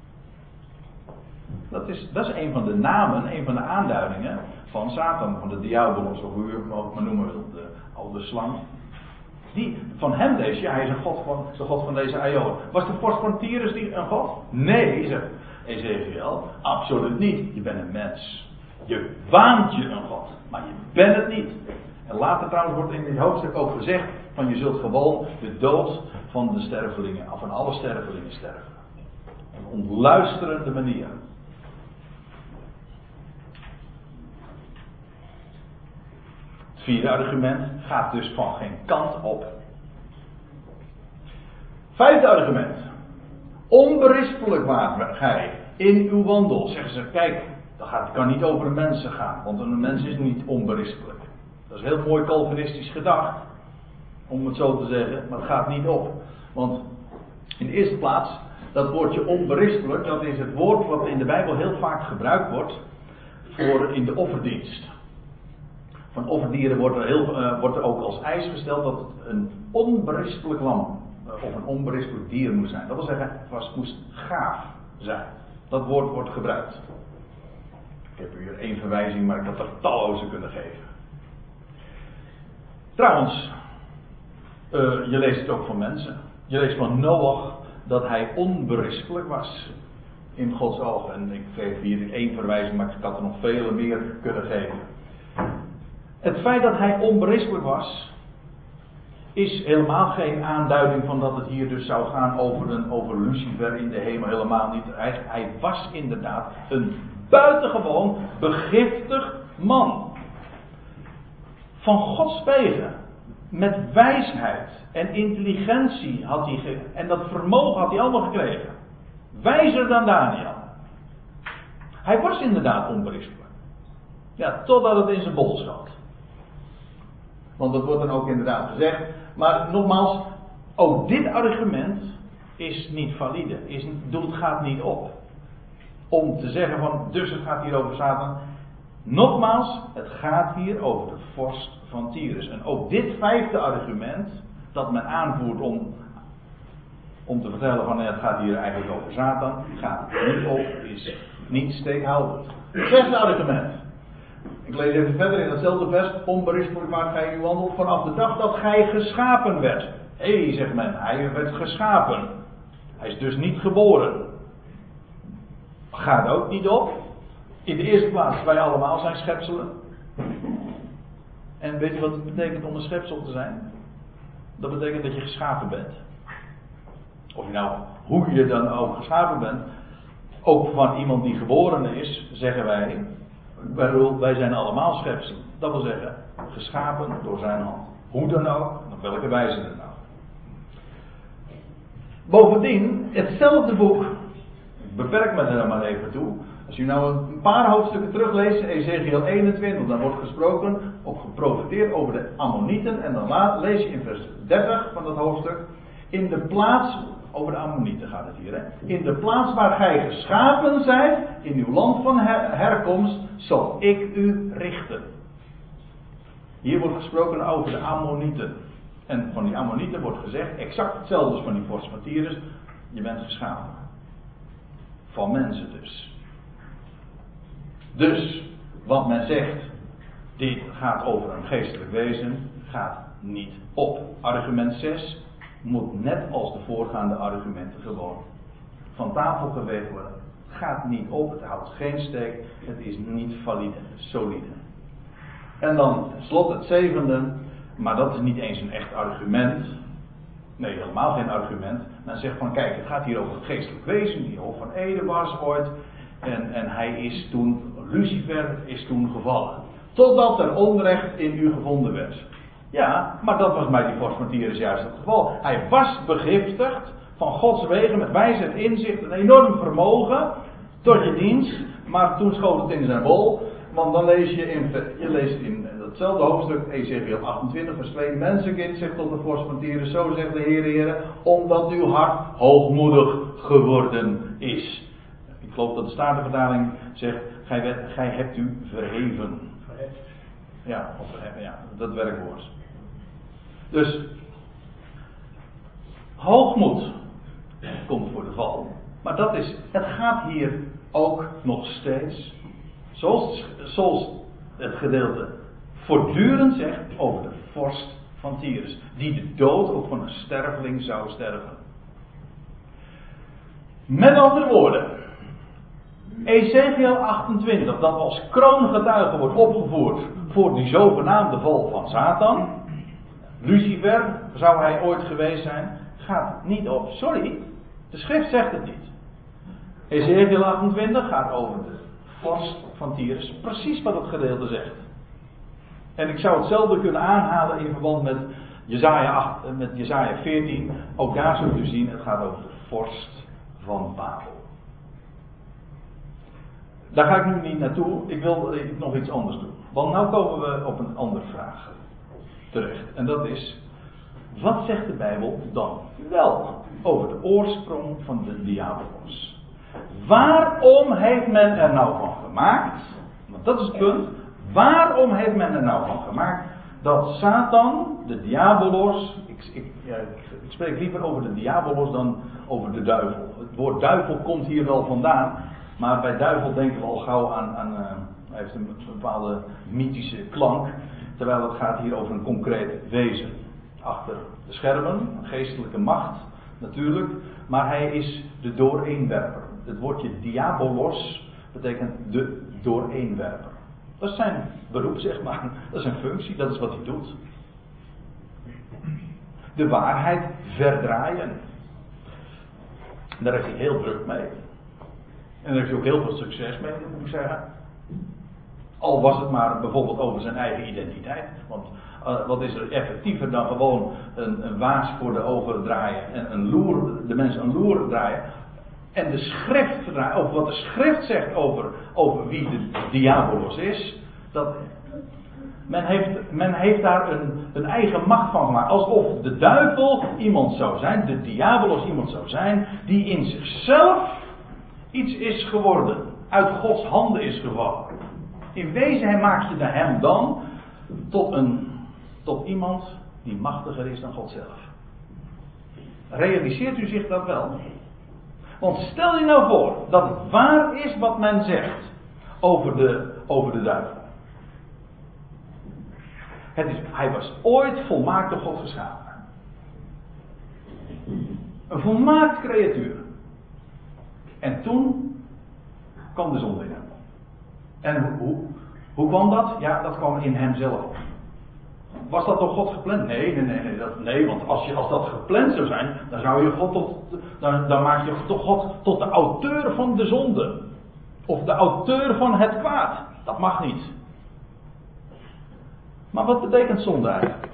Dat is een van de namen, een van de aanduidingen van Satan, van de diabolos, of hoe u hem ook maar noemen wilt, de oude slang. Van hem lees je, hij is de God van deze aion. Was de vorst van Tyrus die een God? Nee, zegt Ezekiel, absoluut niet. Je bent een mens. Je waant je een God, maar je bent het niet. En later trouwens wordt in dit hoofdstuk ook gezegd, van je zult gewoon de dood van de stervelingen, of van alle stervelingen sterven. Op een ontluisterende manier. Het vierde argument gaat dus van geen kant op. Vijfde argument. Onberispelijk waart gij in uw wandel. Zeggen ze, kijk, dat kan niet over de mensen gaan, want een mens is niet onberispelijk. Dat is heel mooi Calvinistisch gedacht, om het zo te zeggen, maar het gaat niet op. Want in de eerste plaats, dat woordje onberispelijk, dat is het woord wat in de Bijbel heel vaak gebruikt wordt voor in de offerdienst. Van offerdieren wordt er ook als eis gesteld dat het een onberispelijk lam of een onberispelijk dier moest zijn. Dat wil zeggen, het moest gaaf zijn. Dat woord wordt gebruikt. Ik heb hier 1 verwijzing, maar ik had er talloze kunnen geven. Trouwens, je leest het ook van mensen. Je leest van Noach dat hij onberispelijk was in Gods ogen. En ik geef hier 1 verwijzing, maar ik had er nog vele meer kunnen geven. Het feit dat hij onberispelijk was, is helemaal geen aanduiding van dat het hier dus zou gaan over Lucifer in de hemel. Helemaal niet. Hij was inderdaad een buitengewoon begiftig man. Van Gods wegen. Met wijsheid en intelligentie had hij en dat vermogen had hij allemaal gekregen. Wijzer dan Daniel. Hij was inderdaad onberispelijk. Ja, totdat het in zijn bol schoot. Want dat wordt dan ook inderdaad gezegd. Maar nogmaals, ook dit argument is niet valide. Het gaat niet op. Om te zeggen van, dus het gaat hier over Satan. Nogmaals, het gaat hier over de vorst van Tyrus. En ook dit 5e argument, dat men aanvoert om te vertellen van, het gaat hier eigenlijk over Satan, gaat niet op, is niet steekhoudend. 6e argument. Ik lees even verder in datzelfde vers. Onberispelijk waart gij in uw wandel vanaf de dag dat gij geschapen werd. Zegt men, hij werd geschapen. Hij is dus niet geboren. Gaat ook niet op. In de eerste plaats, wij allemaal zijn schepselen. En weet je wat het betekent om een schepsel te zijn? Dat betekent dat je geschapen bent. Of je nou, hoe je dan ook geschapen bent. Ook van iemand die geboren is, zeggen wij zijn allemaal schepselen. Dat wil zeggen, geschapen door zijn hand. Hoe dan ook, en op welke wijze dan ook. Bovendien, hetzelfde boek, ik beperk me er maar even toe. Als je nou een paar hoofdstukken terugleest, Ezekiel 21, dan wordt gesproken of geprofeteerd over de Ammonieten. En dan lees je in vers 30 van dat hoofdstuk, in de plaats, over de Ammonieten gaat het hier, hè? In de plaats waar gij geschapen zijt, in uw land van herkomst, zal ik u richten. Hier wordt gesproken over de Ammonieten. En van die Ammonieten wordt gezegd, exact hetzelfde als van die vorst van Tyrus, je bent geschapen. Van mensen dus. Dus, wat men zegt, dit gaat over een geestelijk wezen, gaat niet op. Argument 6 moet net als de voorgaande argumenten gewoon van tafel geveegd worden. Gaat niet op, het houdt geen steek, het is niet valide, solide. En dan tenslotte het zevende, maar dat is niet eens een echt argument. Nee, helemaal geen argument. Men zegt van kijk, het gaat hier over een geestelijk wezen die Hof van Eden was ooit. En hij is toen, Lucifer is toen gevallen. Totdat er onrecht in u gevonden werd. Ja, maar dat was bij die vorst van Tyrus juist het geval. Hij was begiftigd van Gods wegen met wijsheid, inzicht, een enorm vermogen tot je dienst. Maar toen schoot het in zijn bol. Want dan lees je leest in datzelfde hoofdstuk, Ezekiel 28, vers 2. Mensenkind zegt tot de vorst van Tyrus, zo zegt de Heere, omdat uw hart hoogmoedig geworden is. Ik geloof dat de Statenvertaling zegt, gij hebt u verheven. Ja, of verheven, ja, dat werkwoord. Dus, hoogmoed komt voor de val. Maar het gaat hier ook nog steeds, zoals het gedeelte voortdurend zegt, over de vorst van Tyrus. Die de dood ook van een sterveling zou sterven. Met andere woorden, Ezekiel 28, dat als kroongetuige wordt opgevoerd voor die zogenaamde val van Satan. Lucifer zou hij ooit geweest zijn, gaat niet op. Sorry, de schrift zegt het niet. Ezekiel 28 gaat over de vorst van Tyrus, precies wat het gedeelte zegt. En ik zou hetzelfde kunnen aanhalen in verband met Jesaja 14. Ook daar zult u zien, het gaat over de vorst van Babel. Daar ga ik nu niet naartoe. Ik wil nog iets anders doen. Want nu komen we op een andere vraag terecht. En dat is, wat zegt de Bijbel dan wel over de oorsprong van de diabolos? Waarom heeft men er nou van gemaakt? Want dat is het punt. Waarom heeft men er nou van gemaakt dat Satan, de diabolos, ik spreek liever over de diabolos dan over de duivel. Het woord duivel komt hier wel vandaan, maar bij duivel denken we al gauw aan hij heeft een bepaalde mythische klank, terwijl het gaat hier over een concreet wezen. Achter de schermen, een geestelijke macht natuurlijk, maar hij is de dooreenwerper. Het woordje diabolos betekent de dooreenwerper. Dat is zijn beroep, zeg maar. Dat is zijn functie, dat is wat hij doet. De waarheid verdraaien. Daar heeft hij heel druk mee. En daar heeft hij ook heel veel succes mee, moet ik zeggen. Al was het maar bijvoorbeeld over zijn eigen identiteit. Want wat is er effectiever dan gewoon een waas voor de ogen draaien en de mensen een loer draaien. En de schrift, of wat de schrift zegt over wie de diabolos is, dat men heeft daar een eigen macht van gemaakt. Alsof de duivel iemand zou zijn, de diabolos iemand zou zijn, die in zichzelf iets is geworden, uit Gods handen is gevallen. In wezen hij maakt je hem dan tot iemand die machtiger is dan God zelf. Realiseert u zich dat wel? Want stel je nou voor dat het waar is wat men zegt over de duivel. Hij was ooit volmaakt door God geschapen. Een volmaakt creatuur. En toen kwam de zonde in hem. En hoe kwam dat? Ja, dat kwam in hemzelf op. Was dat door God gepland? Nee, want als dat gepland zou zijn, dan zou je God dan maak je toch God tot de auteur van de zonde. Of de auteur van het kwaad. Dat mag niet. Maar wat betekent zonde eigenlijk?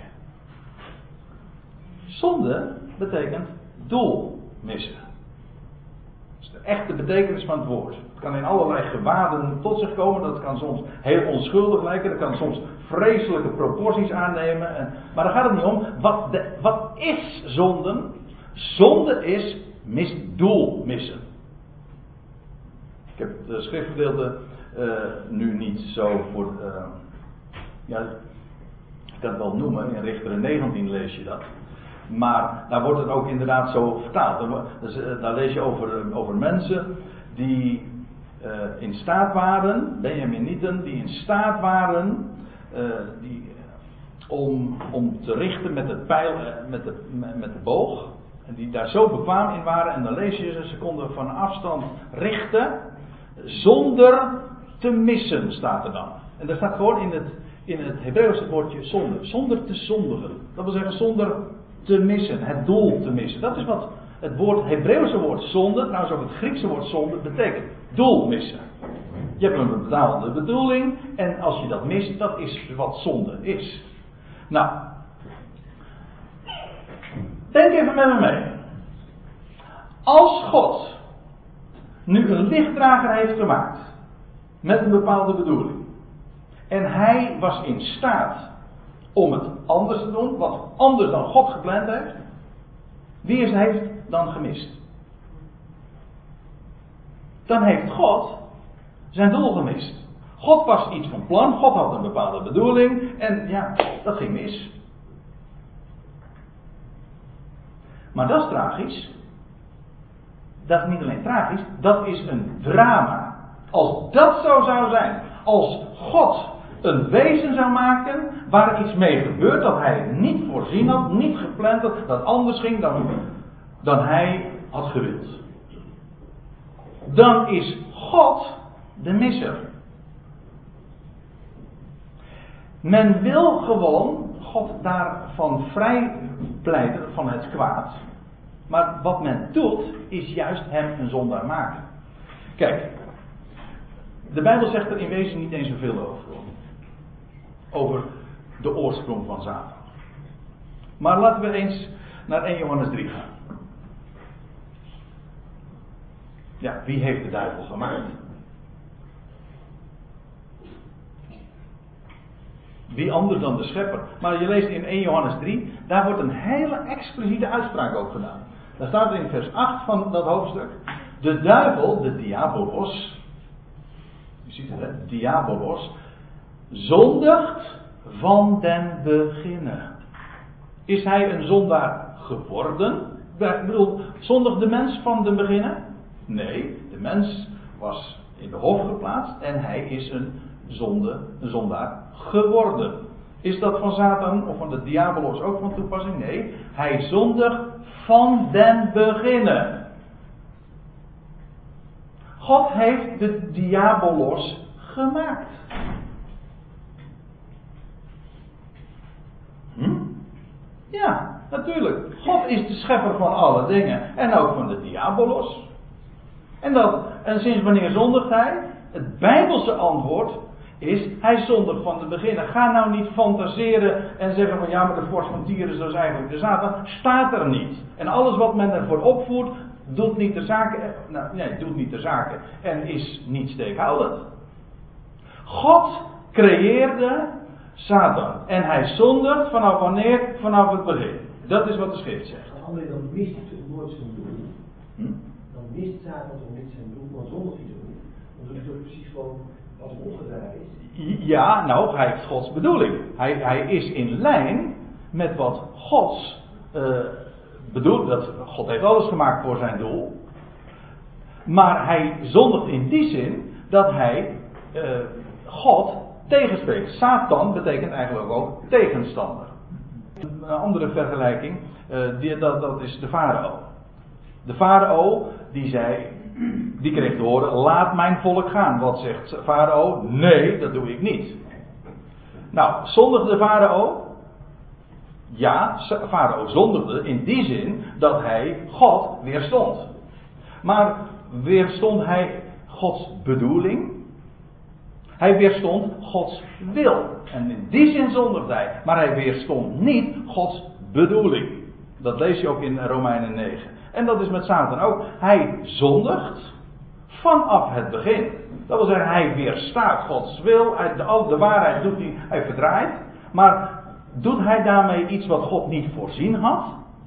Zonde betekent doel missen. Dat is de echte betekenis van het woord. Het kan in allerlei gewaden tot zich komen. Dat kan soms heel onschuldig lijken. Dat kan soms vreselijke proporties aannemen. Maar daar gaat het niet om. Wat is zonde? Zonde is doel missen. Ik heb de schriftgedeelte nu niet zo voor... ik kan het wel noemen. In Richteren 19 lees je dat. Maar daar wordt het ook inderdaad zo vertaald. Daar lees je over mensen die in staat waren, Benjaminieten, die in staat waren om te richten met het pijl, met de boog. En die daar zo bekwaam in waren. En dan lees je ze konden van afstand richten zonder te missen, staat er dan. En daar staat gewoon in het Hebreeuws het woordje zonde. Zonder te zondigen. Dat wil zeggen zonder te missen, het doel te missen. Dat is wat het Hebreeuwse woord zonde, trouwens ook het Griekse woord zonde, betekent. Doel missen. Je hebt een bepaalde bedoeling en als je dat mist, dat is wat zonde is. Nou, denk even met me mee. Als God nu een lichtdrager heeft gemaakt met een bepaalde bedoeling en hij was in staat om het anders te doen, wat anders dan God gepland heeft. Wie heeft dan gemist? Dan heeft God zijn doel gemist. God was iets van plan, God had een bepaalde bedoeling en ja, dat ging mis. Maar dat is tragisch. Dat is niet alleen tragisch, dat is een drama. Als dat zo zou zijn, als God een wezen zou maken waar iets mee gebeurt dat hij niet voorzien had, niet gepland had, dat anders ging dan hij had gewild. Dan is God de misser. Men wil gewoon God daarvan vrij pleiten van het kwaad. Maar wat men doet is juist hem een zondaar maken. Kijk, de Bijbel zegt er in wezen niet eens zoveel over. Over de oorsprong van Satan. Maar laten we eens naar 1 Johannes 3 gaan. Ja, wie heeft de duivel gemaakt? Wie anders dan de schepper. Maar je leest in 1 Johannes 3, daar wordt een hele expliciete uitspraak ook gedaan. Daar staat in vers 8 van dat hoofdstuk. De duivel, de diabolos. Je ziet het, hè? Diabolos. Zondigt van den beginnen. Is hij een zondaar geworden? Ik bedoel, zondigt de mens van den beginnen? Nee, de mens was in de hof geplaatst en hij is een zondaar geworden. Is dat van Satan of van de diabolos ook van toepassing? Nee, hij zondigt van den beginnen. God heeft de diabolos gemaakt. Ja, natuurlijk. God is de schepper van alle dingen. En ook van de diabolos. En sinds wanneer zondigt hij? Het Bijbelse antwoord is, hij zondigt van te beginnen. Ga nou niet fantaseren en zeggen van ja, maar de vorst van Tyrus, dat is eigenlijk de Satan. Staat er niet. En alles wat men ervoor opvoert, doet niet ter zake. Doet niet ter zake. En is niet steekhoudend. God creëerde Satan. En hij zondigt vanaf wanneer? Vanaf het begin. Dat is wat de schrift zegt. Alleen dan mist hij toch nooit zijn doel. Dan mist Satan toch niet zijn doel, dan zondigt hij toch niet. Dan doet hij toch precies gewoon als het omgedraaid is. Ja, nou, hij heeft Gods bedoeling. Hij is in lijn met wat Gods bedoelt. Dat God heeft alles gemaakt voor zijn doel. Maar hij zondigt in die zin dat hij God tegenspreekt. Satan betekent eigenlijk ook tegenstander. Een andere vergelijking, dat is de farao. De farao, die kreeg te horen, laat mijn volk gaan. Wat zegt farao? Nee, dat doe ik niet. Nou, zondigde de farao? Ja, farao zondigde in die zin dat hij God weerstond. Maar weerstond hij Gods bedoeling? Hij weerstond Gods wil. En in die zin zondigde hij. Maar hij weerstond niet Gods bedoeling. Dat lees je ook in Romeinen 9. En dat is met Satan ook. Hij zondigt vanaf het begin. Dat wil zeggen, hij weerstaat Gods wil. De waarheid doet hij verdraait. Maar doet hij daarmee iets wat God niet voorzien had?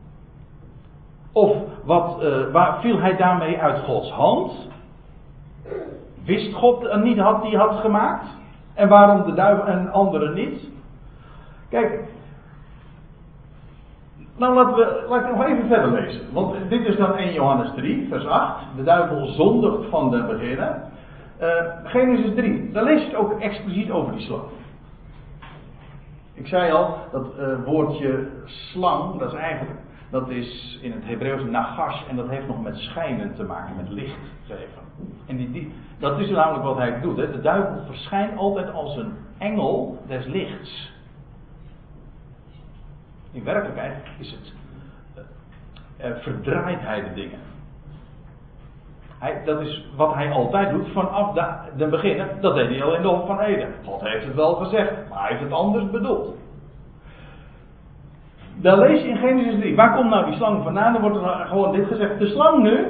Of viel hij daarmee uit Gods hand? Wist God niet wat hij had gemaakt? En waarom de duivel en anderen niet? Kijk, nou laat ik nog even verder lezen. Want dit is dan 1 Johannes 3, vers 8. De duivel zondigt van den beginnen. Genesis 3, daar lees je het ook expliciet over die slang. Ik zei al, dat woordje slang, dat is in het Hebreeuws nagash. En dat heeft nog met schijnen te maken, met licht geven. En dat is namelijk wat hij doet. Hè. De duivel verschijnt altijd als een engel des lichts. In werkelijkheid verdraait hij de dingen. Dat is wat hij altijd doet vanaf de beginnen. Dat deed hij al in de Hof van Eden. God heeft het wel gezegd, maar hij heeft het anders bedoeld. Dan lees je in Genesis 3. Waar komt nou die slang vandaan? Dan wordt er gewoon dit gezegd. De slang nu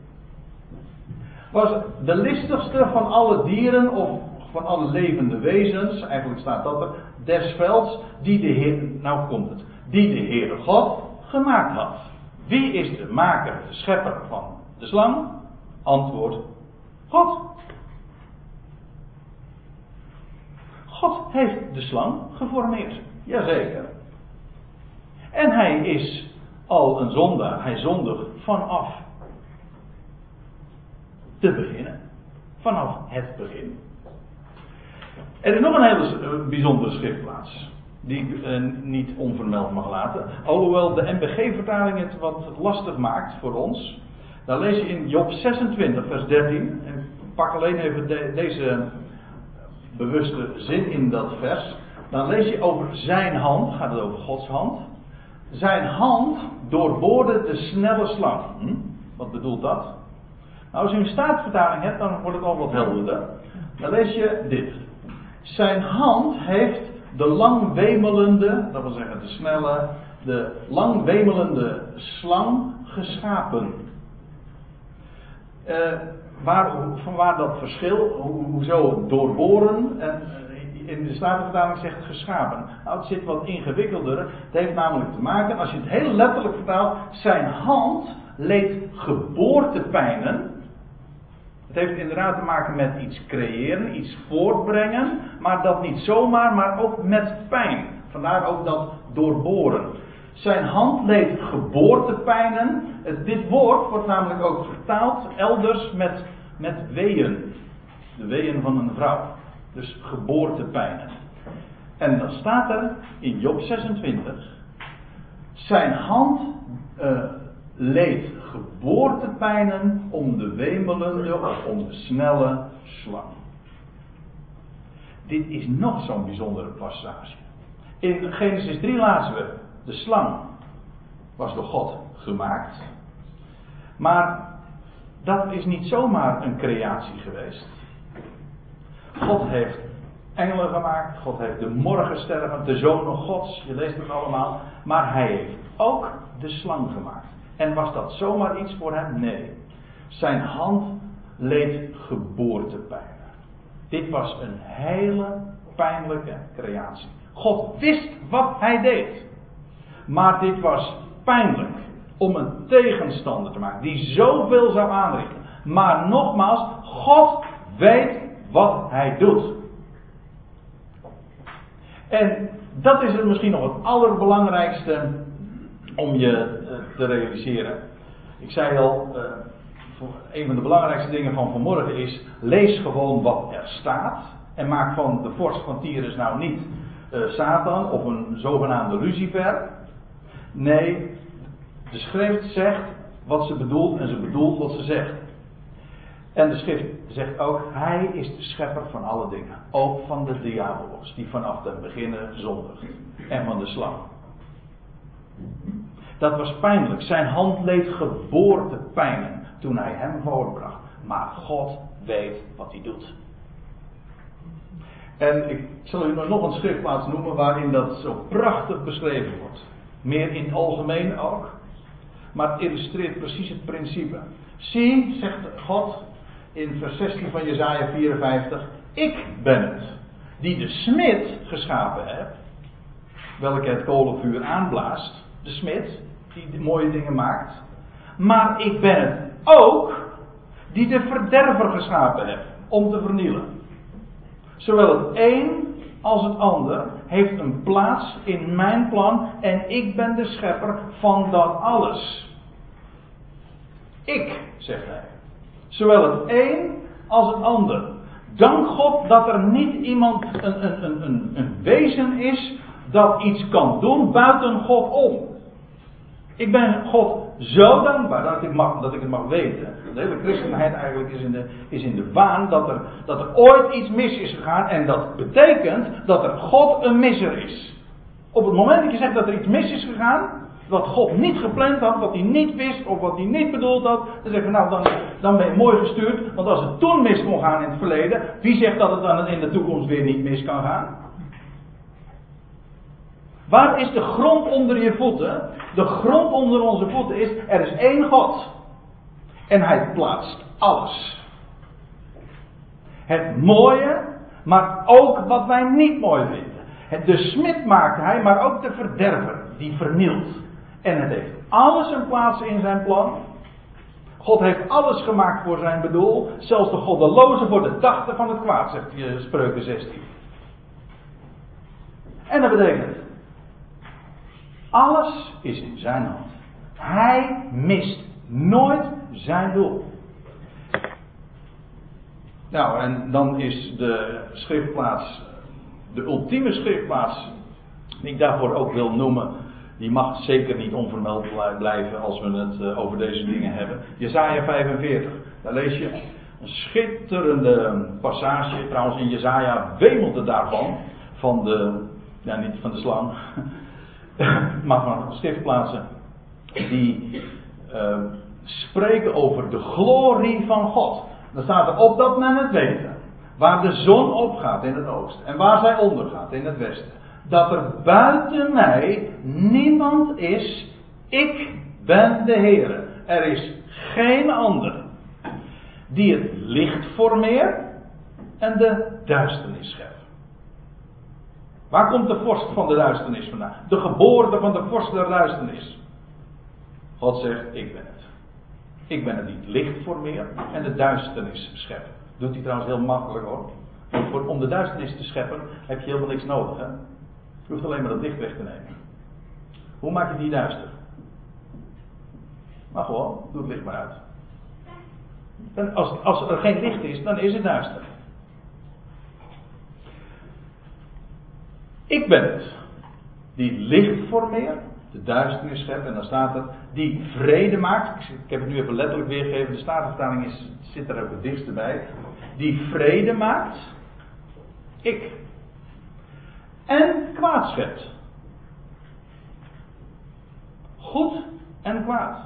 was de listigste van alle dieren of van alle levende wezens. Eigenlijk staat dat er. Des velds die de Heer, nou komt het. Die de Heere God gemaakt had. Wie is de maker, de schepper van de slang? Antwoord: God. God heeft de slang geformeerd. Jazeker. En hij is al een zondaar. Hij zondigt vanaf te beginnen. Vanaf het begin. Er is nog een hele bijzondere schriftplaats. Die ik niet onvermeld mag laten. Alhoewel de NBG-vertaling het wat lastig maakt voor ons. Dan lees je in Job 26 vers 13. En ik pak alleen even deze bewuste zin in dat vers. Dan lees je over zijn hand. Gaat het over Gods hand. Zijn hand doorboorde de snelle slang. Wat bedoelt dat? Nou, als je een Statenvertaling hebt, dan wordt het al wat helderder. Dan lees je dit. Zijn hand heeft de lang wemelende, dat wil zeggen de lang wemelende slang geschapen. Vanwaar dat verschil, hoezo doorboren, en in de Statenvertaling zegt geschapen. Nou, het zit wat ingewikkelder. Het heeft namelijk te maken, als je het heel letterlijk vertaalt, zijn hand leed geboortepijnen. Het heeft inderdaad te maken met iets creëren, iets voortbrengen, maar dat niet zomaar, maar ook met pijn. Vandaar ook dat doorboren. Zijn hand leed geboortepijnen. Dit woord wordt namelijk ook vertaald elders met weeën. De weeën van een vrouw. Dus geboortepijnen. En dan staat er in Job 26. Zijn hand leed geboortepijnen om de wemelende of om de snelle slang. Dit is nog zo'n bijzondere passage. In Genesis 3 lazen we, de slang was door God gemaakt. Maar dat is niet zomaar een creatie geweest. God heeft engelen gemaakt. God heeft de morgensterren, de zonen Gods. Je leest het allemaal. Maar hij heeft ook de slang gemaakt. En was dat zomaar iets voor hem? Nee. Zijn hand leed geboortepijnen. Dit was een hele pijnlijke creatie. God wist wat hij deed. Maar dit was pijnlijk. Om een tegenstander te maken. Die zoveel zou aanrichten. Maar nogmaals, God weet wat hij doet. En dat is het misschien nog het allerbelangrijkste om je te realiseren. Ik zei al, een van de belangrijkste dingen van vanmorgen is, lees gewoon wat er staat. En maak van de vorst van Tyrus nou niet Satan of een zogenaamde Lucifer. Nee, de schrift zegt wat ze bedoelt en ze bedoelt wat ze zegt. En de schrift zegt ook, hij is de schepper van alle dingen. Ook van de diabolos, die vanaf den beginnen zondigt. En van de slang. Dat was pijnlijk. Zijn hand leed geboortepijnen toen hij hem voortbracht. Maar God weet wat hij doet. En ik zal u nog een schriftplaats noemen waarin dat zo prachtig beschreven wordt. Meer in het algemeen ook. Maar het illustreert precies het principe. Zie, zegt God in vers 16 van Jesaja 54. Ik ben het die de smid geschapen heb. Welke het kolenvuur aanblaast. De smid die de mooie dingen maakt. Maar ik ben het ook die de verderver geschapen heb. Om te vernielen. Zowel het een als het ander heeft een plaats in mijn plan. En ik ben de schepper van dat alles. Ik, zegt hij. Zowel het een als het ander. Dank God dat er niet iemand, een wezen is dat iets kan doen buiten God om. Ik ben God zo dankbaar dat ik het mag weten. De hele christenheid eigenlijk is in de waan dat er ooit iets mis is gegaan. En dat betekent dat er God een misser is. Op het moment dat je zegt dat er iets mis is gegaan, wat God niet gepland had, wat hij niet wist of wat hij niet bedoeld had, dan zeggen we nou, dan ben je mooi gestuurd. Want als het toen mis kon gaan in het verleden, wie zegt dat het dan in de toekomst weer niet mis kan gaan? Waar is de grond onder je voeten? De grond onder onze voeten is, er is één God. En hij plaatst alles. Het mooie, maar ook wat wij niet mooi vinden. De smid maakt hij, maar ook de verderver, die vernielt. En het heeft alles een plaats in zijn plan. God heeft alles gemaakt voor zijn bedoel. Zelfs de goddelozen voor de dachten van het kwaad, zegt Spreuken 16. En dat betekent, alles is in zijn hand. Hij mist nooit zijn doel. Nou, en dan is de schriftplaats, de ultieme schriftplaats, die ik daarvoor ook wil noemen, die mag zeker niet onvermeld blijven als we het over deze dingen hebben. Jesaja 45, daar lees je een schitterende passage. Trouwens in Jesaja wemelt het daarvan, niet van de slang, maar van schriftplaatsen die spreken over de glorie van God. Dan staat er op dat men het weet. Waar de zon opgaat in het oosten en waar zij ondergaat in het westen. Dat er buiten mij niemand is. Ik ben de Heere. Er is geen ander die het licht formeert en de duisternis schept. Waar komt de vorst van de duisternis vandaan? De geboorte van de vorst der duisternis. God zegt, ik ben het. Ik ben het die het licht formeert en de duisternis schept. Doet hij trouwens heel makkelijk hoor. Want om de duisternis te scheppen heb je helemaal niks nodig. Hè? Je hoeft alleen maar het licht weg te nemen. Hoe maak je die duister? Maar gewoon, doe het licht maar uit. En als er geen licht is, dan is het duister. Ik ben het die licht formeert, de duisternis schept, en dan staat er die vrede maakt. Ik heb het nu even letterlijk weergegeven, de Statenvertaling zit er ook het dichtst bij. Die vrede maakt, ik. En kwaad schept. Goed en kwaad.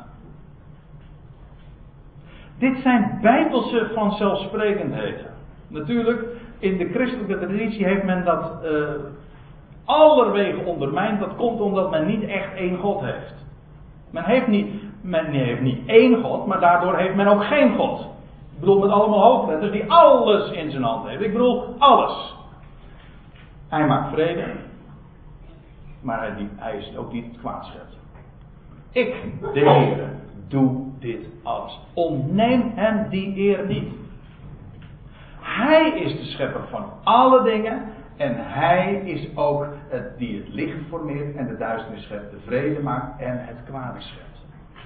Dit zijn bijbelse vanzelfsprekendheden. Natuurlijk, in de christelijke traditie heeft men dat allerwege ondermijnd. Dat komt omdat men niet echt één God heeft. Men heeft niet één God, maar daardoor heeft men ook geen God. Ik bedoel met allemaal hoofdletters die alles in zijn hand heeft. Ik bedoel alles. Hij maakt vrede, maar hij is ook die het kwaad schept. Ik, de Heere, doe dit alles. Ontneem hem die eer niet. Hij is de schepper van alle dingen. En hij is ook het die het licht formeert en de duisternis schept, de vrede maakt en het kwade schept.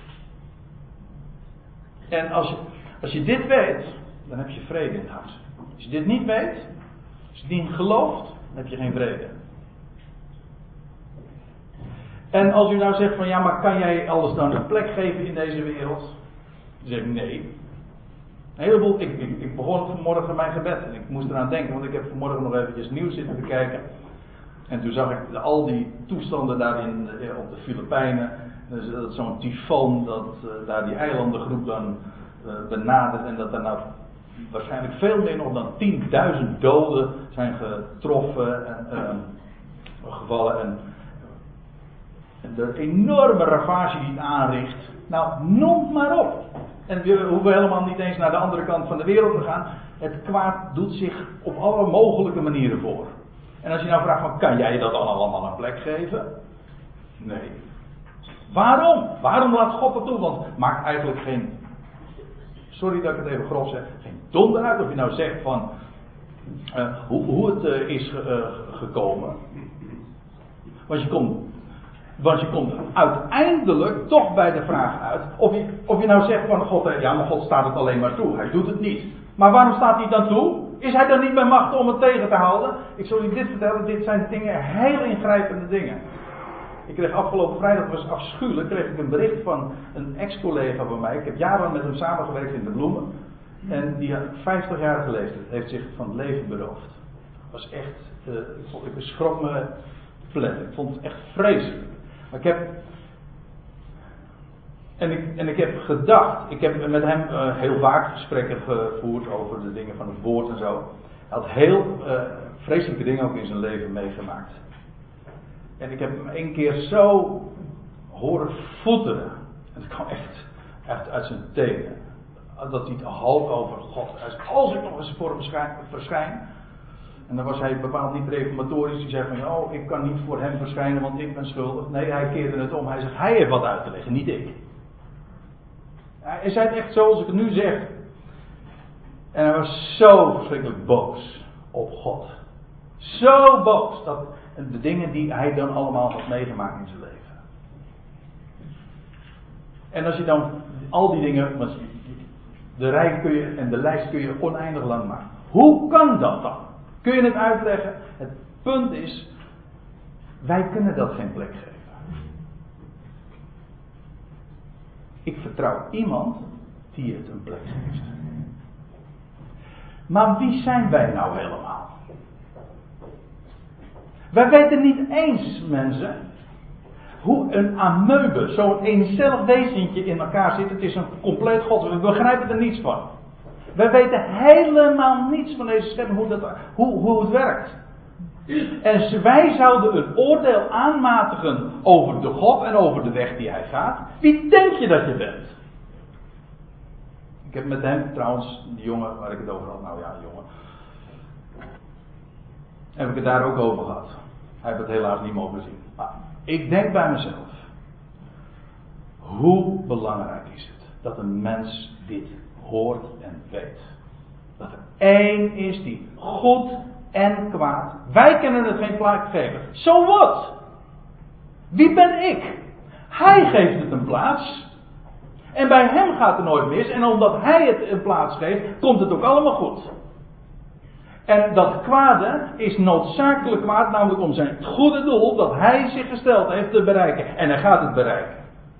En als je dit weet, dan heb je vrede in het hart. Als je dit niet weet, als je niet gelooft, dan heb je geen vrede. En als u nou zegt van ja, maar kan jij alles dan een plek geven in deze wereld? Dan zeg ik nee. Een heleboel, ik begon vanmorgen mijn gebed en ik moest eraan denken, want ik heb vanmorgen nog eventjes nieuws zitten te kijken. En toen zag ik al die toestanden daar op de Filipijnen. Dus dat zo'n tyfoon, dat daar die eilandengroep dan benadert en dat er nou waarschijnlijk veel meer nog dan 10.000 doden zijn getroffen en gevallen. En de enorme ravage die het aanricht. Nou, noem maar op. En we hoeven helemaal niet eens naar de andere kant van de wereld te gaan. Het kwaad doet zich op alle mogelijke manieren voor. En als je nou vraagt van, kan jij dat dan allemaal een plek geven? Nee. Waarom? Waarom laat God dat toe? Want het maakt eigenlijk geen, sorry dat ik het even grof zeg, geen donder uit of je nou zegt van hoe het is gekomen. Want je komt uiteindelijk toch bij de vraag uit of je nou zegt van God, ja, maar God staat het alleen maar toe. Hij doet het niet. Maar waarom staat hij het dan toe? Is hij dan niet bij macht om het tegen te houden? Ik zal u dit vertellen, dit zijn dingen, heel ingrijpende dingen. Ik kreeg afgelopen vrijdag, dat was afschuwelijk, kreeg ik een bericht van een ex-collega van mij. Ik heb jarenlang met hem samengewerkt in de bloemen. En die had 50 jaar geleefd, heeft zich van het leven beroofd. Dat was echt, ik schrok me plet. Ik vond het echt vreselijk. Maar ik heb gedacht, ik heb met hem heel vaak gesprekken gevoerd over de dingen van het woord en zo. Hij had heel vreselijke dingen ook in zijn leven meegemaakt. En ik heb hem 1 keer zo horen voeteren. En het kwam echt uit zijn tenen. Dat hij het had over God. Als ik nog eens voor hem verschijn. En dan was hij bepaald niet reformatorisch. Die zei van, oh, ik kan niet voor hem verschijnen, want ik ben schuldig. Nee, hij keerde het om. Hij zegt, hij heeft wat uit te leggen, niet ik. Hij zei het echt zoals ik het nu zeg. En hij was zo verschrikkelijk boos op God. Zo boos. De dingen die hij dan allemaal had meegemaakt in zijn leven. En als je dan al die dingen, de lijst kun je oneindig lang maken. Hoe kan dat dan? Kun je het uitleggen? Het punt is, wij kunnen dat geen plek geven. Ik vertrouw iemand die het een plek geeft. Maar wie zijn wij nou helemaal? Wij weten niet eens, mensen, hoe een amoebe, zo'n eencellig wezentje in elkaar zit. Het is een compleet god, we begrijpen er niets van. Wij weten helemaal niets van deze schepping, hoe het werkt. En wij zouden een oordeel aanmatigen over de God en over de weg die hij gaat. Wie denk je dat je bent? Ik heb met hem trouwens, die jongen waar ik het over had, nou ja, jongen. Heb ik het daar ook over gehad. Hij heeft het helaas niet mogen zien. Maar ik denk bij mezelf. Hoe belangrijk is het dat een mens dit hoort en weet. Dat er één is die goed en kwaad. Wij kunnen het geen plaats geven. So what? Wie ben ik? Hij geeft het een plaats. En bij hem gaat het nooit mis. En omdat hij het een plaats geeft, komt het ook allemaal goed. En dat kwade is noodzakelijk kwaad, namelijk om zijn goede doel dat hij zich gesteld heeft te bereiken. En hij gaat het bereiken.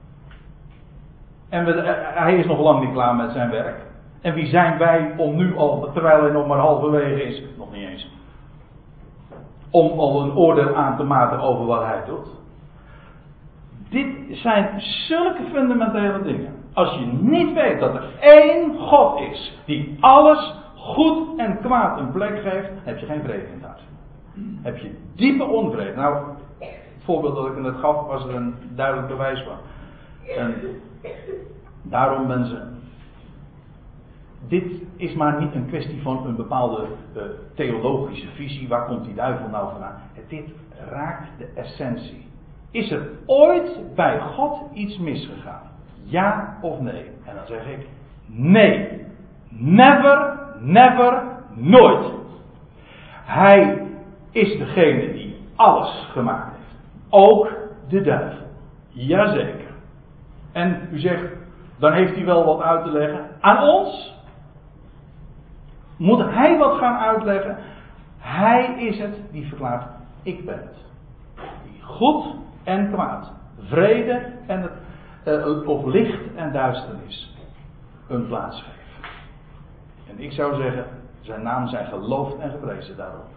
En hij is nog lang niet klaar met zijn werk. En wie zijn wij om nu al, terwijl hij nog maar halverwege is, nog niet eens, om al een oordeel aan te maken over wat hij doet. Dit zijn zulke fundamentele dingen. Als je niet weet dat er één God is die alles goed en kwaad een plek geeft, heb je geen vrede in het hart. Heb je diepe onvrede. Nou, het voorbeeld dat ik net gaf was er een duidelijk bewijs van. En daarom mensen, dit is maar niet een kwestie van een bepaalde theologische visie. Waar komt die duivel nou vandaan? Dit raakt de essentie. Is er ooit bij God iets misgegaan? Ja of nee? En dan zeg ik nee. Never, never, nooit. Hij is degene die alles gemaakt heeft. Ook de duivel. Jazeker. En u zegt, dan heeft hij wel wat uit te leggen. Aan ons? Moet hij wat gaan uitleggen? Hij is het die verklaart, ik ben het. Die goed en kwaad vrede en of licht en duisternis een plaats geven. En ik zou zeggen, zijn naam zijn geloofd en geprezen daarom.